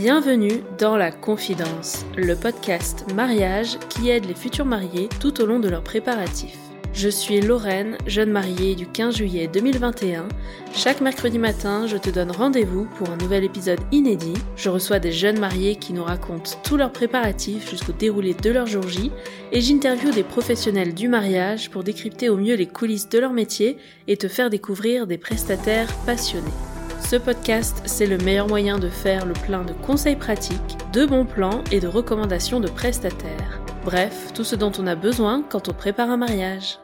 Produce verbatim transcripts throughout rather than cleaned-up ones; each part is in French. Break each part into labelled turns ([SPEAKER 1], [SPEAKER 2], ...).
[SPEAKER 1] Bienvenue dans La Confidence, le podcast mariage qui aide les futurs mariés tout au long de leurs préparatifs. Je suis Lorraine, jeune mariée du quinze juillet deux mille vingt et un. Chaque mercredi matin, je te donne rendez-vous pour un nouvel épisode inédit. Je reçois des jeunes mariés qui nous racontent tous leurs préparatifs jusqu'au déroulé de leur jour J et j'interviewe des professionnels du mariage pour décrypter au mieux les coulisses de leur métier et te faire découvrir des prestataires passionnés. Ce podcast, c'est le meilleur moyen de faire le plein de conseils pratiques, de bons plans et de recommandations de prestataires. Bref, tout ce dont on a besoin quand on prépare un mariage.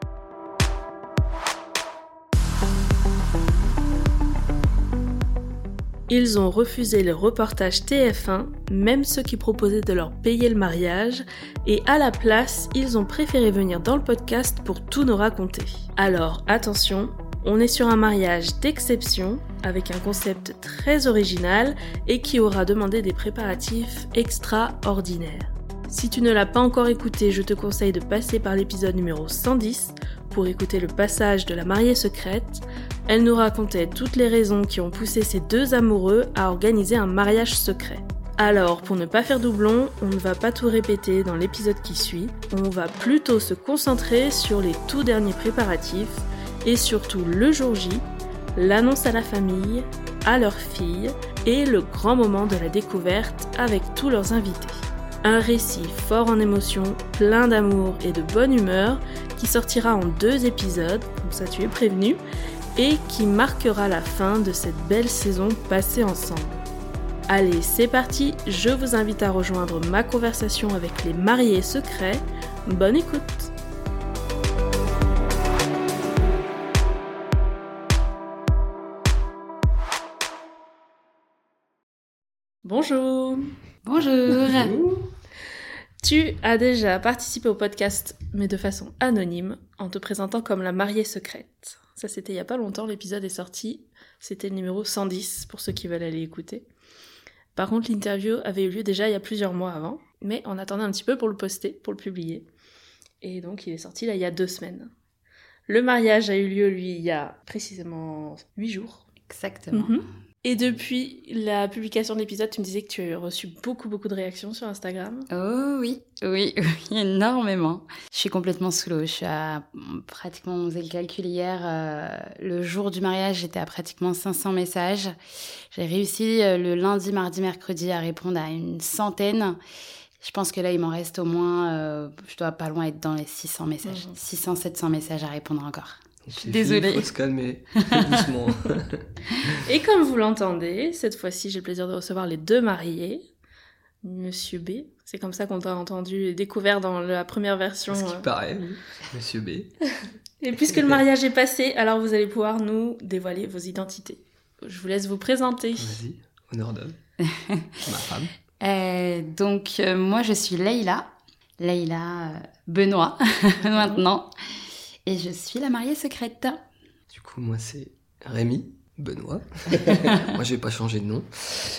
[SPEAKER 1] Ils ont refusé le reportage T F un, même ceux qui proposaient de leur payer le mariage, et à la place, ils ont préféré venir dans le podcast pour tout nous raconter. Alors attention, on est sur un mariage d'exception, avec un concept très original et qui aura demandé des préparatifs extraordinaires. Si tu ne l'as pas encore écouté, je te conseille de passer par l'épisode numéro cent dix pour écouter le passage de la mariée secrète. Elle nous racontait toutes les raisons qui ont poussé ces deux amoureux à organiser un mariage secret. Alors, pour ne pas faire doublon, on ne va pas tout répéter dans l'épisode qui suit, on va plutôt se concentrer sur les tout derniers préparatifs et surtout le jour J, l'annonce à la famille, à leur fille et le grand moment de la découverte avec tous leurs invités. Un récit fort en émotions, plein d'amour et de bonne humeur qui sortira en deux épisodes, comme ça tu es prévenu, et qui marquera la fin de cette belle saison passée ensemble. Allez, c'est parti, je vous invite à rejoindre ma conversation avec les mariés secrets. Bonne écoute! Bonjour.
[SPEAKER 2] Bonjour.
[SPEAKER 1] Tu as déjà participé au podcast, mais de façon anonyme, en te présentant comme la mariée secrète. Ça, c'était il y a pas longtemps, l'épisode est sorti. C'était le numéro cent dix, pour ceux qui veulent aller écouter. Par contre, l'interview avait eu lieu déjà il y a plusieurs mois avant, mais on attendait un petit peu pour le poster, pour le publier. Et donc, il est sorti là il y a deux semaines. Le mariage a eu lieu, lui, il y a précisément huit jours.
[SPEAKER 2] Exactement.
[SPEAKER 1] Mm-hmm. Et depuis la publication de l'épisode, tu me disais que tu as reçu beaucoup, beaucoup de réactions sur Instagram.
[SPEAKER 2] Oh oui, oui, oui, énormément. Je suis complètement sous l'eau. Je suis à pratiquement, on faisait le calcul hier, euh, le jour du mariage, j'étais à pratiquement cinq cents messages. J'ai réussi euh, le lundi, mardi, mercredi à répondre à une centaine. Je pense que là, il m'en reste au moins, euh, je dois pas loin être dans les six cents messages. Mmh. six cents, sept cents messages à répondre encore.
[SPEAKER 3] Je suis
[SPEAKER 2] Désolée.
[SPEAKER 3] Il faut se calmer, doucement.
[SPEAKER 1] Et comme vous l'entendez, cette fois-ci, j'ai le plaisir de recevoir les deux mariés. Monsieur B, c'est comme ça qu'on t'a entendu et découvert dans la première version.
[SPEAKER 3] Ce qui
[SPEAKER 1] euh...
[SPEAKER 3] paraît, oui. Monsieur B.
[SPEAKER 1] Et puisque le mariage est passé, alors vous allez pouvoir nous dévoiler vos identités. Je vous laisse vous présenter.
[SPEAKER 3] Vas-y, honneur d'homme. Ma femme.
[SPEAKER 2] Euh, donc, euh, moi, je suis Leïla. Leïla euh, Benoît, maintenant. Et je suis la mariée secrète.
[SPEAKER 3] Du coup, moi, c'est Rémi Benoît. Moi, je vais pas changer de nom.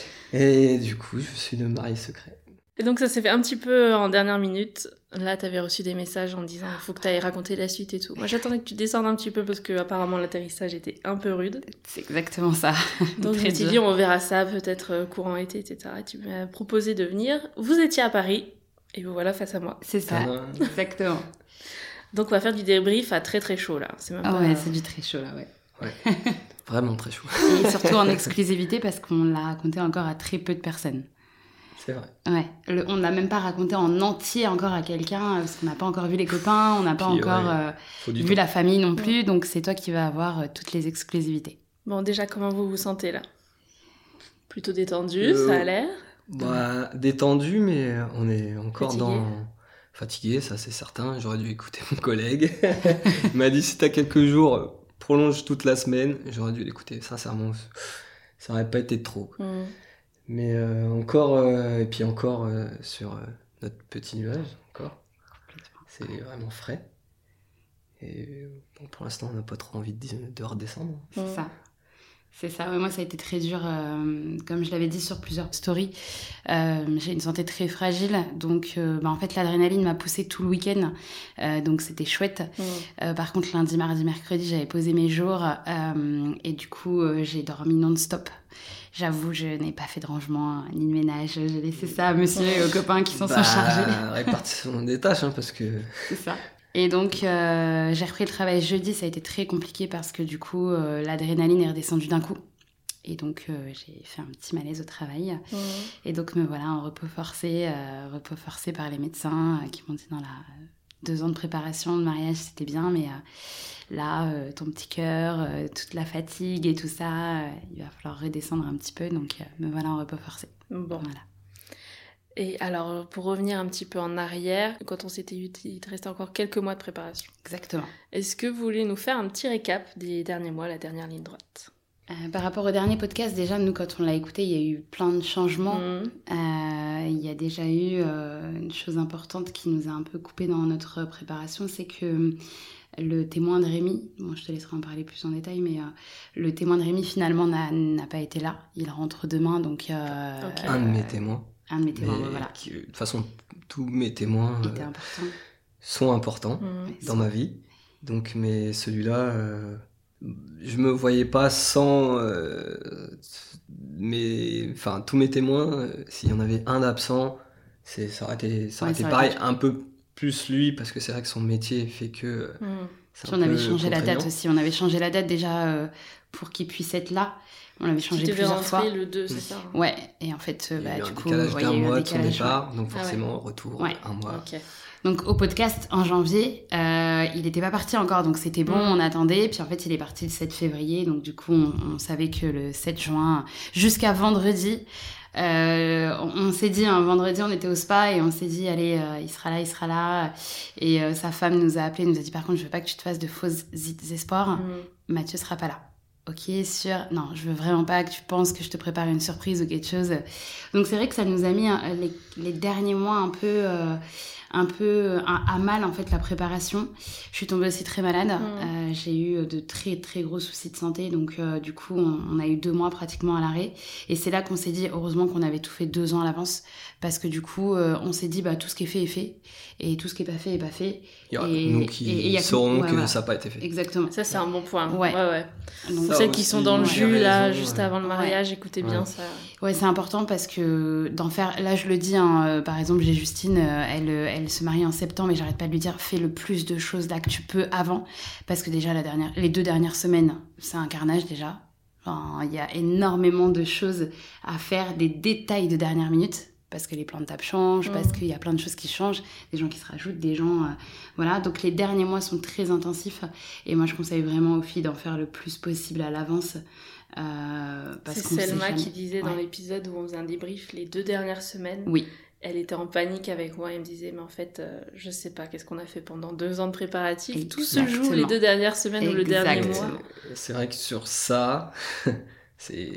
[SPEAKER 3] Et du coup, je suis le marié secret.
[SPEAKER 1] Et donc, ça s'est fait un petit peu en dernière minute. Là, t'avais reçu des messages en disant « il faut que t'ailles raconter la suite et tout ». Moi, j'attendais que tu descendes un petit peu parce que apparemment l'atterrissage était un peu rude.
[SPEAKER 2] C'est exactement ça.
[SPEAKER 1] Donc, je me suis dit « on verra ça peut-être courant été, et cetera » Et tu m'as proposé de venir. Vous étiez à Paris et vous voilà face à moi.
[SPEAKER 2] C'est ça, exactement.
[SPEAKER 1] Donc, on va faire du débrief à très très chaud, là. C'est même
[SPEAKER 2] ah
[SPEAKER 1] pas...
[SPEAKER 2] ouais, c'est du très chaud, là, ouais.
[SPEAKER 3] Ouais, vraiment très chaud.
[SPEAKER 2] Et surtout en exclusivité, parce qu'on l'a raconté encore à très peu de personnes.
[SPEAKER 3] C'est vrai.
[SPEAKER 2] Ouais, le, on l'a même pas raconté en entier encore à quelqu'un, parce qu'on n'a pas encore vu les copains, on n'a pas
[SPEAKER 3] Puis,
[SPEAKER 2] encore
[SPEAKER 3] ouais,
[SPEAKER 2] euh, vu
[SPEAKER 3] temps.
[SPEAKER 2] la famille non plus, ouais. Donc c'est toi qui vas avoir euh, toutes les exclusivités.
[SPEAKER 1] Bon, déjà, comment vous vous sentez, là? Plutôt détendu,
[SPEAKER 3] euh,
[SPEAKER 1] ça a l'air?
[SPEAKER 3] Bah, détendu, mais on est encore
[SPEAKER 1] Fatigué.
[SPEAKER 3] dans... Fatigué, ça c'est certain. J'aurais dû écouter mon collègue. Il m'a dit si t'as quelques jours, prolonge toute la semaine. J'aurais dû l'écouter. Sincèrement, ça aurait pas été trop. Mm. Mais euh, encore, euh, et puis encore euh, sur euh, notre petit nuage, encore. C'est vraiment frais. Et bon, pour l'instant, on n'a pas trop envie de, de redescendre.
[SPEAKER 2] C'est ça. C'est ça, ouais, moi ça a été très dur, euh, comme je l'avais dit sur plusieurs stories, euh, j'ai une santé très fragile, donc euh, bah, en fait l'adrénaline m'a poussée tout le week-end, euh, donc c'était chouette. Mmh. Euh, par contre lundi, mardi, mercredi, j'avais posé mes jours, euh, et du coup euh, j'ai dormi non-stop. J'avoue, je n'ai pas fait de rangement ni de ménage, j'ai laissé ça à monsieur et aux copains qui s'en bah, sont chargés.
[SPEAKER 3] Répartition des tâches, hein, parce que...
[SPEAKER 2] C'est ça. Et donc, euh, j'ai repris le travail jeudi, ça a été très compliqué parce que du coup, euh, l'adrénaline est redescendue d'un coup. Et donc, euh, j'ai fait un petit malaise au travail. Mmh. Et donc, me voilà en repos forcé, euh, repos forcé par les médecins euh, qui m'ont dit, non, là, deux ans de préparation de mariage, c'était bien, mais euh, là, euh, ton petit cœur, euh, toute la fatigue et tout ça, euh, il va falloir redescendre un petit peu. Donc, euh, me voilà en repos forcé.
[SPEAKER 1] Bon.
[SPEAKER 2] Voilà.
[SPEAKER 1] Et alors, pour revenir un petit peu en arrière, quand on s'était eu, il te restait encore quelques mois de préparation.
[SPEAKER 2] Exactement.
[SPEAKER 1] Est-ce que vous voulez nous faire un petit récap des derniers mois, la dernière ligne droite ?
[SPEAKER 2] euh, Par rapport au dernier podcast, déjà, nous, quand on l'a écouté, il y a eu plein de changements. Mmh. Euh, il y a déjà eu euh, une chose importante qui nous a un peu coupé dans notre préparation, c'est que le témoin de Rémi, bon, je te laisserai en parler plus en détail, mais euh, le témoin de Rémi, finalement, n'a, n'a pas été là. Il rentre demain, donc... Euh,
[SPEAKER 3] okay. Un de mes témoins.
[SPEAKER 2] Un de mes témoins, voilà.
[SPEAKER 3] Qui, de toute façon, tous mes témoins euh, important. sont importants mmh. dans ma vie. Donc, mais celui-là, euh, je me voyais pas sans euh, mes, enfin, tous mes témoins. Euh, s'il y en avait un absent, c'est, ça aurait été, ça aurait ouais, été pareil, été... un peu plus lui, parce que c'est vrai que son métier fait que. Mmh.
[SPEAKER 2] On avait changé la date aussi. On avait changé la date déjà euh, pour qu'il puisse être là. On l'avait changé plusieurs fois.
[SPEAKER 1] le deux, c'est ça ?
[SPEAKER 2] Ouais, et en fait, euh, bah,
[SPEAKER 3] il y a eu
[SPEAKER 2] du
[SPEAKER 3] un
[SPEAKER 2] coup,
[SPEAKER 3] décalage
[SPEAKER 2] ouais,
[SPEAKER 3] d'un
[SPEAKER 2] il y a eu
[SPEAKER 3] mois
[SPEAKER 2] un
[SPEAKER 3] de son
[SPEAKER 2] décalage,
[SPEAKER 3] départ,
[SPEAKER 2] ouais.
[SPEAKER 3] donc forcément,
[SPEAKER 2] ah ouais.
[SPEAKER 3] retour
[SPEAKER 2] ouais.
[SPEAKER 3] un mois.
[SPEAKER 2] Okay. Donc, au podcast, en janvier, euh, il n'était pas parti encore, donc c'était bon, mmh. on attendait. Puis en fait, il est parti le sept février, donc du coup, on, on savait que le sept juin, jusqu'à vendredi, euh, on, on s'est dit, un hein, vendredi, on était au spa et on s'est dit, allez, euh, il sera là, il sera là. Et euh, sa femme nous a appelé, nous a dit, par contre, je veux pas que tu te fasses de faux espoirs. Mmh. Mathieu sera pas là. Ok, sûr. Non, je veux vraiment pas que tu penses que je te prépare une surprise ou quelque chose. Donc c'est vrai que ça nous a mis hein, les, les derniers mois un peu, euh, un peu à, à mal en fait la préparation. Je suis tombée aussi très malade. Mmh. Euh, j'ai eu de très très gros soucis de santé, donc euh, du coup on, on a eu deux mois pratiquement à l'arrêt. Et c'est là qu'on s'est dit heureusement qu'on avait tout fait deux ans à l'avance, parce que du coup euh, on s'est dit bah tout ce qui est fait est fait et tout ce qui est pas fait est pas fait.
[SPEAKER 3] Il y a et, nous qui et, et saurons que, ouais, que voilà. ça n'a pas été fait.
[SPEAKER 2] Exactement.
[SPEAKER 1] Ça c'est un bon point.
[SPEAKER 2] Ouais.
[SPEAKER 1] ouais, ouais.
[SPEAKER 2] Donc,
[SPEAKER 1] celles qui sont dans le jus
[SPEAKER 3] raison,
[SPEAKER 1] là
[SPEAKER 3] ouais.
[SPEAKER 1] juste avant le mariage,
[SPEAKER 2] ouais.
[SPEAKER 1] écoutez
[SPEAKER 2] ouais.
[SPEAKER 1] bien ça.
[SPEAKER 2] Ouais, c'est important parce que d'en faire. Là, je le dis. Hein, euh, par exemple, j'ai Justine. Euh, elle, elle se marie en septembre et j'arrête pas de lui dire fais le plus de choses là que tu peux avant, parce que déjà la dernière, les deux dernières semaines, c'est un carnage déjà. Enfin, il y a énormément de choses à faire, des détails de dernière minute. Parce que les plans de table changent, mmh. parce qu'il y a plein de choses qui changent, des gens qui se rajoutent, des gens... Euh, voilà, donc les derniers mois sont très intensifs. Et moi, je conseille vraiment aux filles d'en faire le plus possible à l'avance. Euh, parce
[SPEAKER 1] c'est Selma qui disait ouais. dans l'épisode où on faisait un débrief, les deux dernières semaines,
[SPEAKER 2] oui.
[SPEAKER 1] elle était en panique avec moi. Elle me disait, mais en fait, euh, je sais pas, qu'est-ce qu'on a fait pendant deux ans de préparatifs. Exactement. Tout se joue les deux dernières semaines Exactement. ou le dernier mois.
[SPEAKER 3] C'est vrai que sur ça, c'est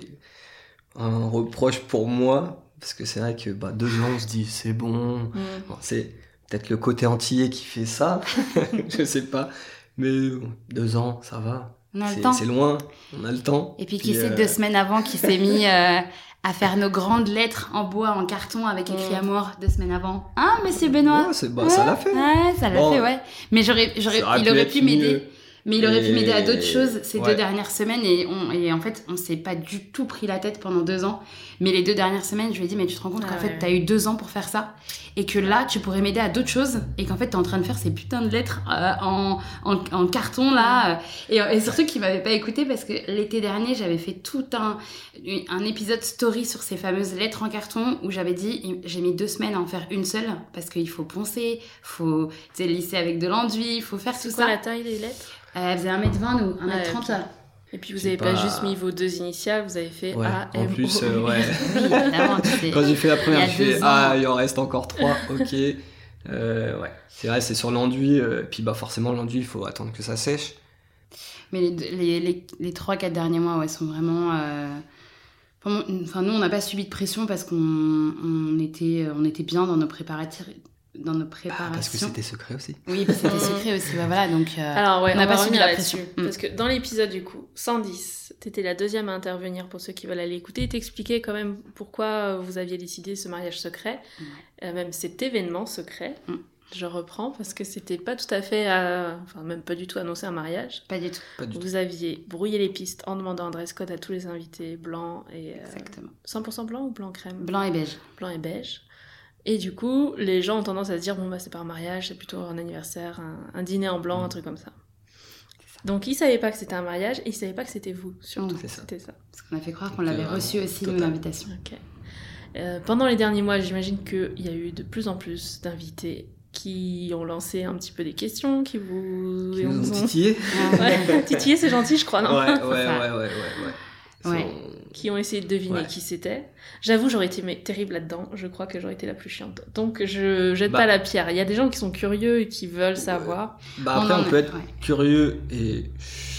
[SPEAKER 3] un reproche pour moi. Parce que c'est vrai que bah, deux ans, on se dit c'est bon. Mmh. bon. C'est peut-être le côté antillais qui fait ça, je sais pas. Mais bon, deux ans, ça va.
[SPEAKER 2] On a
[SPEAKER 3] c'est,
[SPEAKER 2] le temps.
[SPEAKER 3] C'est loin, on a le temps.
[SPEAKER 2] Et puis, puis qui c'est euh... deux semaines avant qui s'est mis euh, à faire nos grandes lettres en bois, en carton, avec écrit mmh. amour deux semaines avant. Hein, monsieur Benoît
[SPEAKER 3] ouais, c'est, bah,
[SPEAKER 2] ouais.
[SPEAKER 3] Ça l'a fait.
[SPEAKER 2] Ouais, ça l'a bon, fait, ouais. Mais j'aurais, j'aurais, il
[SPEAKER 3] pu
[SPEAKER 2] aurait pu m'aider.
[SPEAKER 3] Mieux.
[SPEAKER 2] Mais il aurait et... pu m'aider à d'autres choses ces
[SPEAKER 3] ouais.
[SPEAKER 2] deux dernières semaines. Et, on, et en fait, on s'est pas du tout pris la tête pendant deux ans. Mais les deux dernières semaines, je lui ai dit, mais tu te rends compte ah qu'en ouais. fait, t'as eu deux ans pour faire ça. Et que là, tu pourrais m'aider à d'autres choses. Et qu'en fait, t'es en train de faire ces putains de lettres euh, en, en, en carton, là. Et, et surtout qu'il m'avait pas écouté parce que l'été dernier, j'avais fait tout un, un épisode story sur ces fameuses lettres en carton où j'avais dit, j'ai mis deux semaines à en faire une seule parce qu'il faut poncer, faut lisser avec de l'enduit, il faut faire
[SPEAKER 1] C'est
[SPEAKER 2] tout
[SPEAKER 1] quoi
[SPEAKER 2] ça.
[SPEAKER 1] la taille des lettres?
[SPEAKER 2] Euh, elle faisait un mètre vingt ou un mètre trente.
[SPEAKER 1] Ouais, okay. Et puis vous n'avez pas... pas juste mis vos deux initiales, vous avez fait
[SPEAKER 3] ouais,
[SPEAKER 1] A, M, O.
[SPEAKER 3] En plus, euh, ouais.
[SPEAKER 2] Oui, évidemment.
[SPEAKER 3] Quand j'ai fait la première, j'ai fait Ah, il en reste encore trois, ok. Euh, ouais, c'est vrai, c'est sur l'enduit. Euh, puis bah forcément, l'enduit, il faut attendre que ça sèche.
[SPEAKER 2] Mais les, les, les, les trois quatre derniers mois, ouais, sont vraiment... Euh... Enfin, nous, on n'a pas subi de pression parce qu'on on était, on était bien dans nos préparatifs. Dans nos préparations.
[SPEAKER 3] Bah, parce que c'était secret aussi.
[SPEAKER 2] Oui, parce que c'était secret aussi. Bah, voilà, donc, euh,
[SPEAKER 1] Alors, ouais,
[SPEAKER 2] on n'a pas subi la
[SPEAKER 1] pression.
[SPEAKER 2] Mm.
[SPEAKER 1] Parce que dans l'épisode, du coup, cent dix, t'étais la deuxième à intervenir pour ceux qui veulent aller écouter. T'expliquais quand même pourquoi vous aviez décidé ce mariage secret, ouais. euh, même cet événement secret. Mm. Je reprends parce que c'était pas tout à fait, à... enfin même pas du tout annoncé un mariage.
[SPEAKER 2] Pas du tout.
[SPEAKER 3] Pas du
[SPEAKER 1] vous
[SPEAKER 3] tout.
[SPEAKER 1] aviez brouillé les pistes en demandant un dress code à tous les invités, blanc et... Euh...
[SPEAKER 2] Exactement.
[SPEAKER 1] cent pour cent blanc ou blanc crème ?
[SPEAKER 2] Blanc et beige.
[SPEAKER 1] Blanc et beige. Et du coup, les gens ont tendance à se dire, bon bah c'est pas un mariage, c'est plutôt un anniversaire, un, un dîner en blanc, mmh. un truc comme ça. ça. Donc ils savaient pas que c'était un mariage et ils savaient pas que c'était vous, surtout. Mmh.
[SPEAKER 3] C'est ça.
[SPEAKER 1] C'était ça.
[SPEAKER 2] Parce qu'on a fait croire qu'on l'avait reçu aussi, nous, l'invitation.
[SPEAKER 1] Ok. Euh, pendant les derniers mois, j'imagine qu'il y a eu de plus en plus d'invités qui ont lancé un petit peu des questions, qui vous...
[SPEAKER 3] Qui nous ont titillé.
[SPEAKER 1] Ouais, titillé, c'est gentil, je crois, non ?
[SPEAKER 3] Ouais, ouais, ouais, ouais, ouais, ouais.
[SPEAKER 1] Ouais. Sont... Qui ont essayé de deviner ouais. qui c'était. J'avoue, j'aurais été mais, terrible là-dedans. Je crois que j'aurais été la plus chiante. Donc, je jette bah, pas la pierre. Il y a des gens qui sont curieux et qui veulent savoir.
[SPEAKER 3] Bah après, on, on peut être ouais. curieux et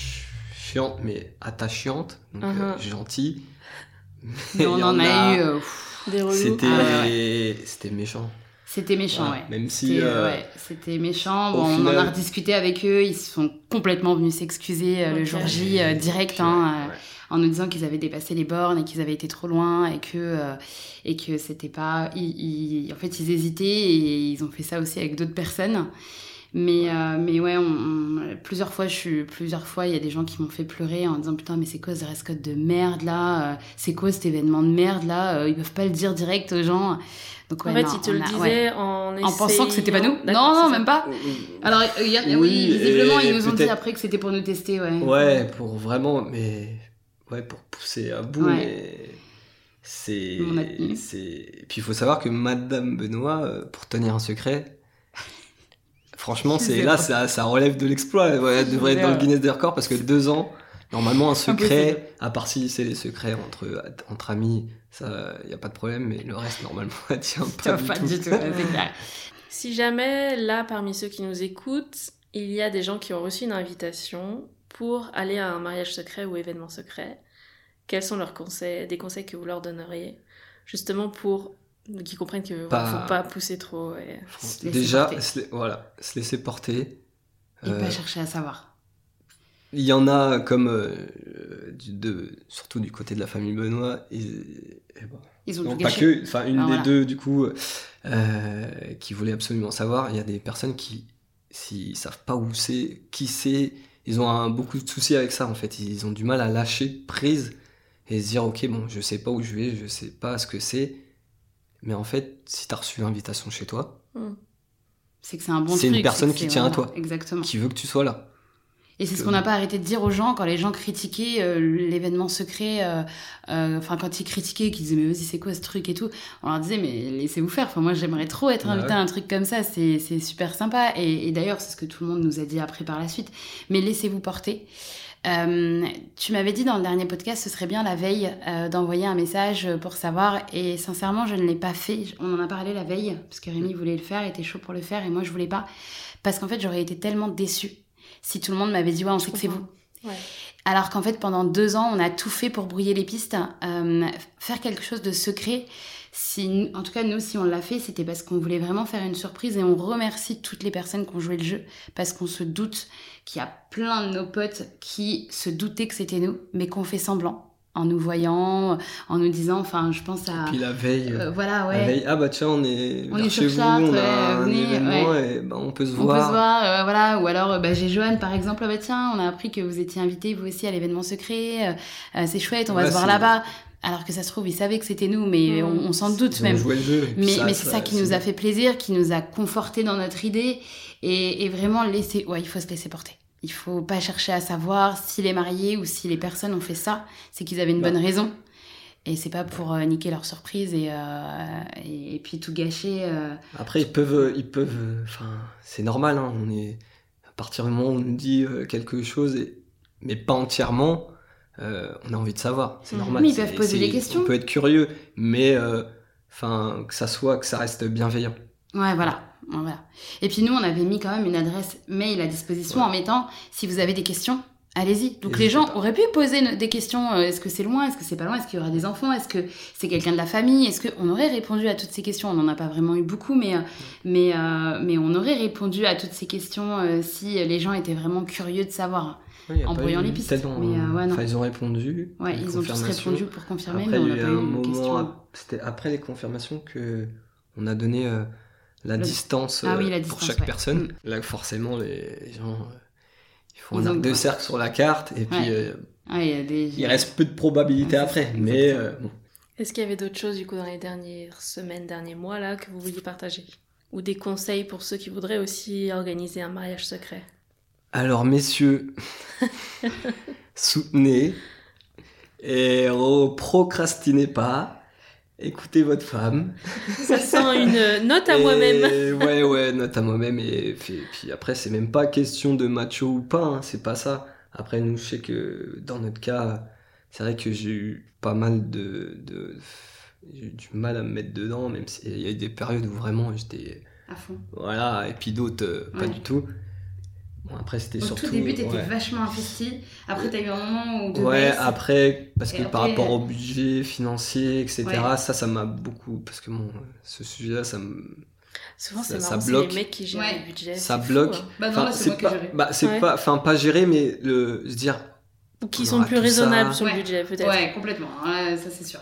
[SPEAKER 3] chiante, mais attachante, donc uh-huh. euh, gentil.
[SPEAKER 2] Mais on en a, a eu euh,
[SPEAKER 1] des relous.
[SPEAKER 3] C'était,
[SPEAKER 2] ah,
[SPEAKER 3] ouais. c'était méchant.
[SPEAKER 2] C'était méchant, ouais.
[SPEAKER 3] ouais. Même si...
[SPEAKER 2] C'était,
[SPEAKER 3] euh,
[SPEAKER 2] ouais, c'était méchant. Bon,
[SPEAKER 3] final...
[SPEAKER 2] on en a rediscuté avec eux. Ils sont complètement venus s'excuser euh, okay. le jour J euh, direct, puis, hein, ouais. euh, en nous disant qu'ils avaient dépassé les bornes et qu'ils avaient été trop loin et que, euh, et que c'était pas... Ils, ils, en fait, ils hésitaient et ils ont fait ça aussi avec d'autres personnes. Mais, euh, mais ouais, on, on, plusieurs fois, je suis, plusieurs fois, il y a des gens qui m'ont fait pleurer en disant « Putain, mais c'est quoi ce dress code de merde, là euh, C'est quoi cet événement de merde, là euh, Ils peuvent pas le dire direct aux gens. » Donc, ouais,
[SPEAKER 1] en fait,
[SPEAKER 2] non,
[SPEAKER 1] ils te le
[SPEAKER 2] a,
[SPEAKER 1] disaient
[SPEAKER 2] ouais.
[SPEAKER 1] en essayant...
[SPEAKER 2] En pensant que c'était pas nous. Non, non, même pas. Alors, il y a, oui, oui, visiblement, ils nous ont dit après que c'était pour nous tester, ouais.
[SPEAKER 3] Ouais, pour vraiment, mais... Ouais, pour pousser à bout, ouais. mais... C'est... c'est... Et puis, il faut savoir que Madame Benoît, pour tenir un secret... Franchement, c'est, là, ça, ça relève de l'exploit. Ouais, elle devrait être dans le Guinness des records parce que deux ans, normalement, un secret, impossible. À part si c'est les secrets entre, entre amis, ça, il n'y a pas de problème, mais le reste, normalement, elle tient pas, du,
[SPEAKER 2] pas
[SPEAKER 3] tout.
[SPEAKER 2] du tout. C'est clair.
[SPEAKER 1] Si jamais, là, parmi ceux qui nous écoutent, il y a des gens qui ont reçu une invitation pour aller à un mariage secret ou événement secret, quels sont leurs conseils, des conseils que vous leur donneriez, justement pour... qui comprennent qu'il ne pas... faut pas pousser trop. Et...
[SPEAKER 3] Se Déjà, se, voilà, se laisser porter.
[SPEAKER 2] Et euh... pas chercher à savoir.
[SPEAKER 3] Il y en a comme, euh, du, de, surtout du côté de la famille Benoît, et, et bon,
[SPEAKER 2] ils ont
[SPEAKER 3] non,
[SPEAKER 2] tout
[SPEAKER 3] pas
[SPEAKER 2] gâché.
[SPEAKER 3] que, enfin une
[SPEAKER 2] ah,
[SPEAKER 3] des
[SPEAKER 2] voilà.
[SPEAKER 3] deux du coup, euh, qui voulait absolument savoir. Il y a des personnes qui, s'ils savent pas où c'est, qui c'est, ils ont un, beaucoup de soucis avec ça en fait. Ils ont du mal à lâcher prise et se dire ok bon, je sais pas où je vais, je sais pas ce que c'est. Mais en fait, si t'as reçu l'invitation chez toi,
[SPEAKER 2] mmh. c'est que c'est un bon
[SPEAKER 3] c'est
[SPEAKER 2] truc.
[SPEAKER 3] une personne
[SPEAKER 2] c'est
[SPEAKER 3] qui
[SPEAKER 2] c'est
[SPEAKER 3] tient
[SPEAKER 2] voilà,
[SPEAKER 3] à toi,
[SPEAKER 2] exactement.
[SPEAKER 3] Qui veut que tu sois là.
[SPEAKER 2] Et c'est ce qu'on n'a pas arrêté de dire aux gens quand les gens critiquaient euh, l'événement secret, euh, euh, enfin quand ils critiquaient, qu'ils disaient mais vas-y c'est quoi ce truc et tout, on leur disait mais laissez-vous faire, enfin moi j'aimerais trop être invitée ouais. à un truc comme ça, c'est, c'est super sympa et, et d'ailleurs c'est ce que tout le monde nous a dit après par la suite, mais laissez-vous porter. Euh, tu m'avais dit dans le dernier podcast ce serait bien la veille euh, d'envoyer un message pour savoir et sincèrement je ne l'ai pas fait, on en a parlé la veille parce que Rémi voulait le faire, était chaud pour le faire et moi je voulais pas parce qu'en fait j'aurais été tellement déçue si tout le monde m'avait dit ouais on sait que c'est vous ouais. alors qu'en fait pendant deux ans on a tout fait pour brouiller les pistes, euh, faire quelque chose de secret. Si, en tout cas, nous, si on l'a fait, c'était parce qu'on voulait vraiment faire une surprise et on remercie toutes les personnes qui ont joué le jeu parce qu'on se doute qu'il y a plein de nos potes qui se doutaient que c'était nous, mais qu'on fait semblant en nous voyant, en nous disant, enfin, je pense à...
[SPEAKER 3] Et puis la veille,
[SPEAKER 2] euh, voilà, ouais.
[SPEAKER 3] La veille, ah bah tiens, on est,
[SPEAKER 2] on est
[SPEAKER 3] chez vous,
[SPEAKER 2] Charte,
[SPEAKER 3] on a
[SPEAKER 2] ouais,
[SPEAKER 3] un
[SPEAKER 2] venez,
[SPEAKER 3] événement
[SPEAKER 2] ouais.
[SPEAKER 3] et bah, on peut se
[SPEAKER 2] on
[SPEAKER 3] voir.
[SPEAKER 2] On peut se voir, euh, voilà. Ou alors, bah, j'ai Joanne, par exemple, ah bah tiens, on a appris que vous étiez invité, vous aussi, à l'événement secret, euh, c'est chouette, on va ouais, se voir là-bas. Alors que ça se trouve, ils savaient que c'était nous, mais mmh. on, on s'en doute
[SPEAKER 3] ils
[SPEAKER 2] même.
[SPEAKER 3] Ont joué le jeu,
[SPEAKER 2] mais,
[SPEAKER 3] ça,
[SPEAKER 2] mais c'est ça, ça qui c'est... nous a fait plaisir, qui nous a conforté dans notre idée. Et, et vraiment, laisser... ouais, il faut se laisser porter. Il faut pas chercher à savoir si les mariés ou si les personnes ont fait ça, c'est qu'ils avaient une bah. bonne raison. Et c'est pas pour euh, niquer leur surprise et, euh, et, et puis tout gâcher. Euh...
[SPEAKER 3] Après, ils peuvent... Ils peuvent enfin, c'est normal, hein, on est... à partir du moment où on nous dit euh, quelque chose, et... mais pas entièrement... Euh, on a envie de savoir, c'est normal.
[SPEAKER 2] Mais ils peuvent poser des questions.
[SPEAKER 3] On peut être curieux, mais enfin euh, que ça soit, que ça reste bienveillant.
[SPEAKER 2] Ouais, voilà, voilà. Et puis nous, on avait mis quand même une adresse mail à disposition ouais. en mettant, si vous avez des questions, allez-y. Donc les gens pas. auraient pu poser des questions. Euh, est-ce que c'est loin? Est-ce que c'est pas loin? Est-ce qu'il y aura des enfants? Est-ce que c'est quelqu'un de la famille? Est-ce qu'on aurait répondu à toutes ces questions? On n'en a pas vraiment eu beaucoup, mais, mais, euh, mais on aurait répondu à toutes ces questions euh, si les gens étaient vraiment curieux de savoir.
[SPEAKER 3] Oui,
[SPEAKER 2] en brouillant les pistes.
[SPEAKER 3] Mais, euh, ouais, enfin, ils ont répondu.
[SPEAKER 2] Ouais, ils ont tous répondu pour confirmer,
[SPEAKER 3] après,
[SPEAKER 2] mais on n'a pas eu
[SPEAKER 3] de questions.
[SPEAKER 2] À...
[SPEAKER 3] C'était après les confirmations que on a donné euh, la, Le... distance,
[SPEAKER 2] ah, oui, la
[SPEAKER 3] euh,
[SPEAKER 2] distance
[SPEAKER 3] pour chaque
[SPEAKER 2] ouais.
[SPEAKER 3] personne.
[SPEAKER 2] Mm.
[SPEAKER 3] Là, forcément, les gens euh, ils font
[SPEAKER 2] ils
[SPEAKER 3] un arc de cercle sur la carte et puis
[SPEAKER 2] ouais.
[SPEAKER 3] euh,
[SPEAKER 2] ah, il, y a des...
[SPEAKER 3] il reste peu de probabilité ouais, après. Mais euh, bon.
[SPEAKER 1] Est-ce qu'il y avait d'autres choses du coup dans les dernières semaines, derniers mois là que vous vouliez partager? Ou des conseils pour ceux qui voudraient aussi organiser un mariage secret?
[SPEAKER 3] Alors, messieurs, soutenez et procrastinez pas. Écoutez votre femme.
[SPEAKER 1] Ça sent une note à
[SPEAKER 3] et
[SPEAKER 1] moi-même.
[SPEAKER 3] Ouais, ouais, note à moi-même. Et, et puis après, c'est même pas question de macho ou pas, hein, c'est pas ça. Après, nous, je sais que dans notre cas, c'est vrai que j'ai eu pas mal de, de... J'ai eu du mal à me mettre dedans, même s'il y a eu des périodes où vraiment j'étais...
[SPEAKER 2] À fond.
[SPEAKER 3] Voilà, et puis d'autres, euh, pas
[SPEAKER 2] ouais.
[SPEAKER 3] du tout. Bon, après, c'était
[SPEAKER 2] Au
[SPEAKER 3] surtout...
[SPEAKER 2] Au tout début, t'étais
[SPEAKER 3] ouais.
[SPEAKER 2] vachement investi. Après, t'as eu un moment où...
[SPEAKER 3] Ouais,
[SPEAKER 2] baisse.
[SPEAKER 3] après, parce que
[SPEAKER 2] après,
[SPEAKER 3] par rapport au budget financier, et cetera,
[SPEAKER 2] ouais.
[SPEAKER 3] ça, ça m'a beaucoup... Parce que bon, ce sujet-là, ça me...
[SPEAKER 1] Souvent,
[SPEAKER 3] ça,
[SPEAKER 1] c'est marrant, c'est les mecs qui gèrent
[SPEAKER 2] ouais.
[SPEAKER 1] le budget.
[SPEAKER 3] Ça bloque.
[SPEAKER 1] Fou, hein.
[SPEAKER 2] Bah non, là, c'est, c'est moi
[SPEAKER 3] pas,
[SPEAKER 2] qui ai géré.
[SPEAKER 3] Bah, c'est
[SPEAKER 2] ouais.
[SPEAKER 3] pas... Enfin, pas gérer, mais le, se dire...
[SPEAKER 1] Ou qui sont plus raisonnables
[SPEAKER 3] ça.
[SPEAKER 1] sur
[SPEAKER 2] ouais.
[SPEAKER 1] le budget, peut-être.
[SPEAKER 2] Ouais, complètement. Ouais, ça, c'est sûr.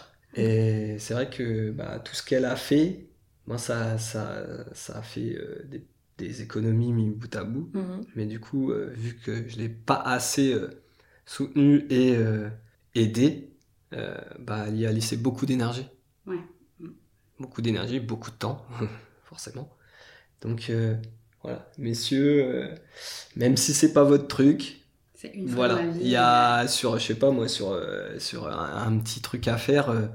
[SPEAKER 3] Et c'est vrai que bah, tout ce qu'elle a fait, moi, ça, ça, ça a fait euh, des, des économies mis bout à bout.
[SPEAKER 1] Mm-hmm.
[SPEAKER 3] Mais du coup, euh, vu que je ne l'ai pas assez euh, soutenu et euh, aidé, euh, bah, elle y a laissé beaucoup d'énergie.
[SPEAKER 2] Ouais.
[SPEAKER 3] Beaucoup d'énergie, beaucoup de temps, forcément. Donc, euh, voilà, messieurs, euh, même si c'est pas votre truc,
[SPEAKER 2] c'est une
[SPEAKER 3] voilà,
[SPEAKER 2] fois
[SPEAKER 3] il y a sur, je sais pas moi, sur, euh, sur un, un petit truc à faire, euh,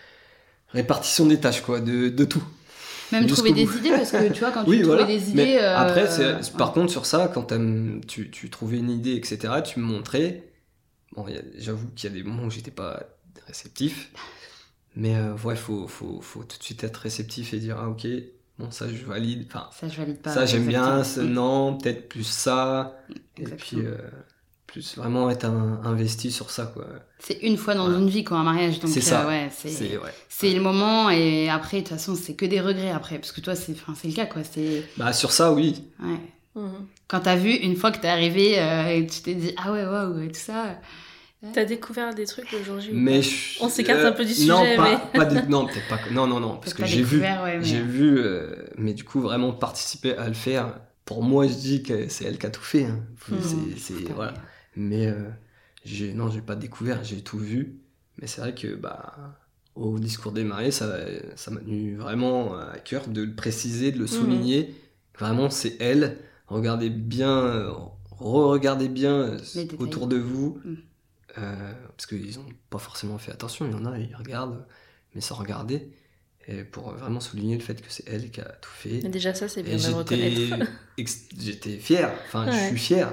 [SPEAKER 3] répartition des tâches, quoi, de, de tout.
[SPEAKER 2] Même trouver des idées, parce que tu vois, quand tu
[SPEAKER 3] oui,
[SPEAKER 2] trouvais
[SPEAKER 3] voilà.
[SPEAKER 2] des idées...
[SPEAKER 3] Mais
[SPEAKER 2] euh...
[SPEAKER 3] après, c'est, c'est, par
[SPEAKER 2] ouais.
[SPEAKER 3] contre, sur ça, quand tu, tu trouvais une idée, et cetera, tu me montrais. Bon, y a, j'avoue qu'il y a des moments où j'étais pas réceptif. Mais euh, ouais, faut, faut, faut tout de suite être réceptif et dire, ah ok, bon, ça je valide. Enfin,
[SPEAKER 2] ça je valide pas.
[SPEAKER 3] Ça j'aime
[SPEAKER 2] exactement.
[SPEAKER 3] bien, ça, non, peut-être plus ça.
[SPEAKER 2] Exactement.
[SPEAKER 3] Et puis, euh, plus vraiment être un, investi sur ça, quoi.
[SPEAKER 2] C'est une fois dans
[SPEAKER 3] voilà.
[SPEAKER 2] une vie, quoi, un mariage. Donc,
[SPEAKER 3] c'est ça.
[SPEAKER 2] Euh, ouais, c'est,
[SPEAKER 3] c'est, ouais.
[SPEAKER 2] c'est le moment, et après, de toute façon, c'est que des regrets après. Parce que toi, c'est, c'est le cas, quoi. C'est...
[SPEAKER 3] Bah, sur ça, oui.
[SPEAKER 2] Ouais.
[SPEAKER 1] Mmh.
[SPEAKER 2] Quand t'as vu, une fois que t'es arrivé, euh, et tu t'es dit, ah ouais, waouh, et tout ça.
[SPEAKER 1] T'as découvert des trucs le jour J?
[SPEAKER 3] Mais je...
[SPEAKER 1] On s'écarte
[SPEAKER 3] euh,
[SPEAKER 1] un peu du sujet,
[SPEAKER 3] non,
[SPEAKER 1] mais...
[SPEAKER 3] pas, pas de... non, peut-être pas. Non, non, non, parce
[SPEAKER 2] peut-être
[SPEAKER 3] que j'ai vu,
[SPEAKER 2] ouais, mais...
[SPEAKER 3] j'ai vu, euh, mais du coup, vraiment participer à le faire. Pour moi, je dis que c'est elle qui a tout fait. Hein. Mmh. C'est, c'est, voilà. Mais euh, j'ai, non, j'ai pas découvert, j'ai tout vu. Mais c'est vrai que, bah, au discours des mariés, ça, ça m'a tenu vraiment à cœur de le préciser, de le souligner. Mmh. Vraiment, c'est elle. Regardez bien, re-regardez bien autour de vous. Mmh. Euh, parce qu'ils n'ont pas forcément fait attention, il y en a, ils regardent, mais sans regarder, et pour vraiment souligner le fait que c'est elle qui a tout fait.
[SPEAKER 1] Mais déjà ça, c'est bien
[SPEAKER 3] et
[SPEAKER 1] de le reconnaître.
[SPEAKER 3] ex- j'étais fier, enfin ouais. Je suis fier,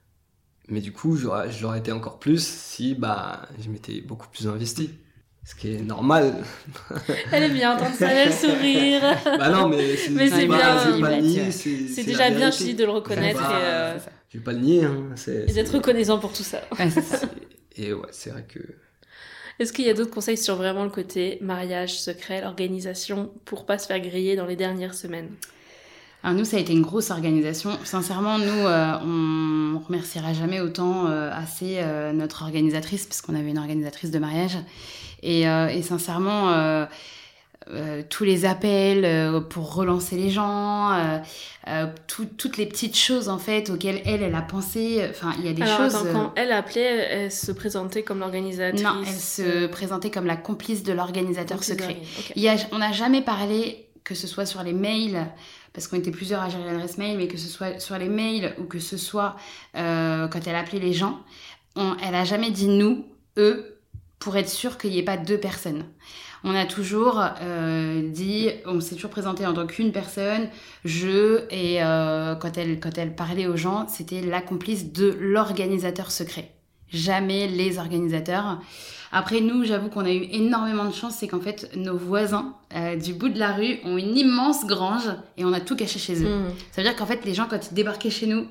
[SPEAKER 3] mais du coup j'aurais, je l'aurais été encore plus si bah, je m'étais beaucoup plus investi. Ce qui est normal.
[SPEAKER 1] Elle est bien entendre ça, elle sourire.
[SPEAKER 3] Bah non, mais c'est,
[SPEAKER 1] mais c'est, c'est bien.
[SPEAKER 3] C'est, pas nier, c'est,
[SPEAKER 1] c'est, c'est déjà bien, je dis, de le reconnaître.
[SPEAKER 3] Bah,
[SPEAKER 1] et euh...
[SPEAKER 3] Je vais pas le nier. Hein. C'est,
[SPEAKER 1] et d'être
[SPEAKER 3] c'est...
[SPEAKER 1] reconnaissant pour tout ça.
[SPEAKER 2] Ouais, c'est ça.
[SPEAKER 3] Et ouais, c'est vrai que...
[SPEAKER 1] Est-ce qu'il y a d'autres conseils sur vraiment le côté mariage secret, l'organisation, pour pas se faire griller dans les dernières semaines?
[SPEAKER 2] Alors nous, ça a été une grosse organisation. Sincèrement, nous, euh, on remerciera jamais autant euh, assez euh, notre organisatrice, puisqu'on avait une organisatrice de mariage. Et, euh, et sincèrement, euh, euh, tous les appels euh, pour relancer les gens, euh, euh, tout, toutes les petites choses en fait auxquelles elle, elle a pensé. Enfin, il y a des
[SPEAKER 1] Alors,
[SPEAKER 2] choses.
[SPEAKER 1] Attends, quand elle appelait, elle se présentait comme l'organisatrice.
[SPEAKER 2] Non, elle se présentait comme la complice de l'organisateur
[SPEAKER 1] complice
[SPEAKER 2] secret.
[SPEAKER 1] Okay.
[SPEAKER 2] Il y a, on n'a jamais parlé, que ce soit sur les mails, parce qu'on était plusieurs à gérer l'adresse mail, mais que ce soit sur les mails ou que ce soit euh, quand elle appelait les gens, on, elle a jamais dit nous, eux, pour être sûr qu'il n'y ait pas deux personnes. On a toujours euh, dit, on s'est toujours présenté en tant qu'une personne, je, et euh, quand, elle, quand elle parlait aux gens, c'était la complice de l'organisateur secret. Jamais les organisateurs. Après, nous, j'avoue qu'on a eu énormément de chance, c'est qu'en fait, nos voisins euh, du bout de la rue ont une immense grange et on a tout caché chez eux. Mmh. Ça veut dire qu'en fait, les gens, quand ils débarquaient chez nous,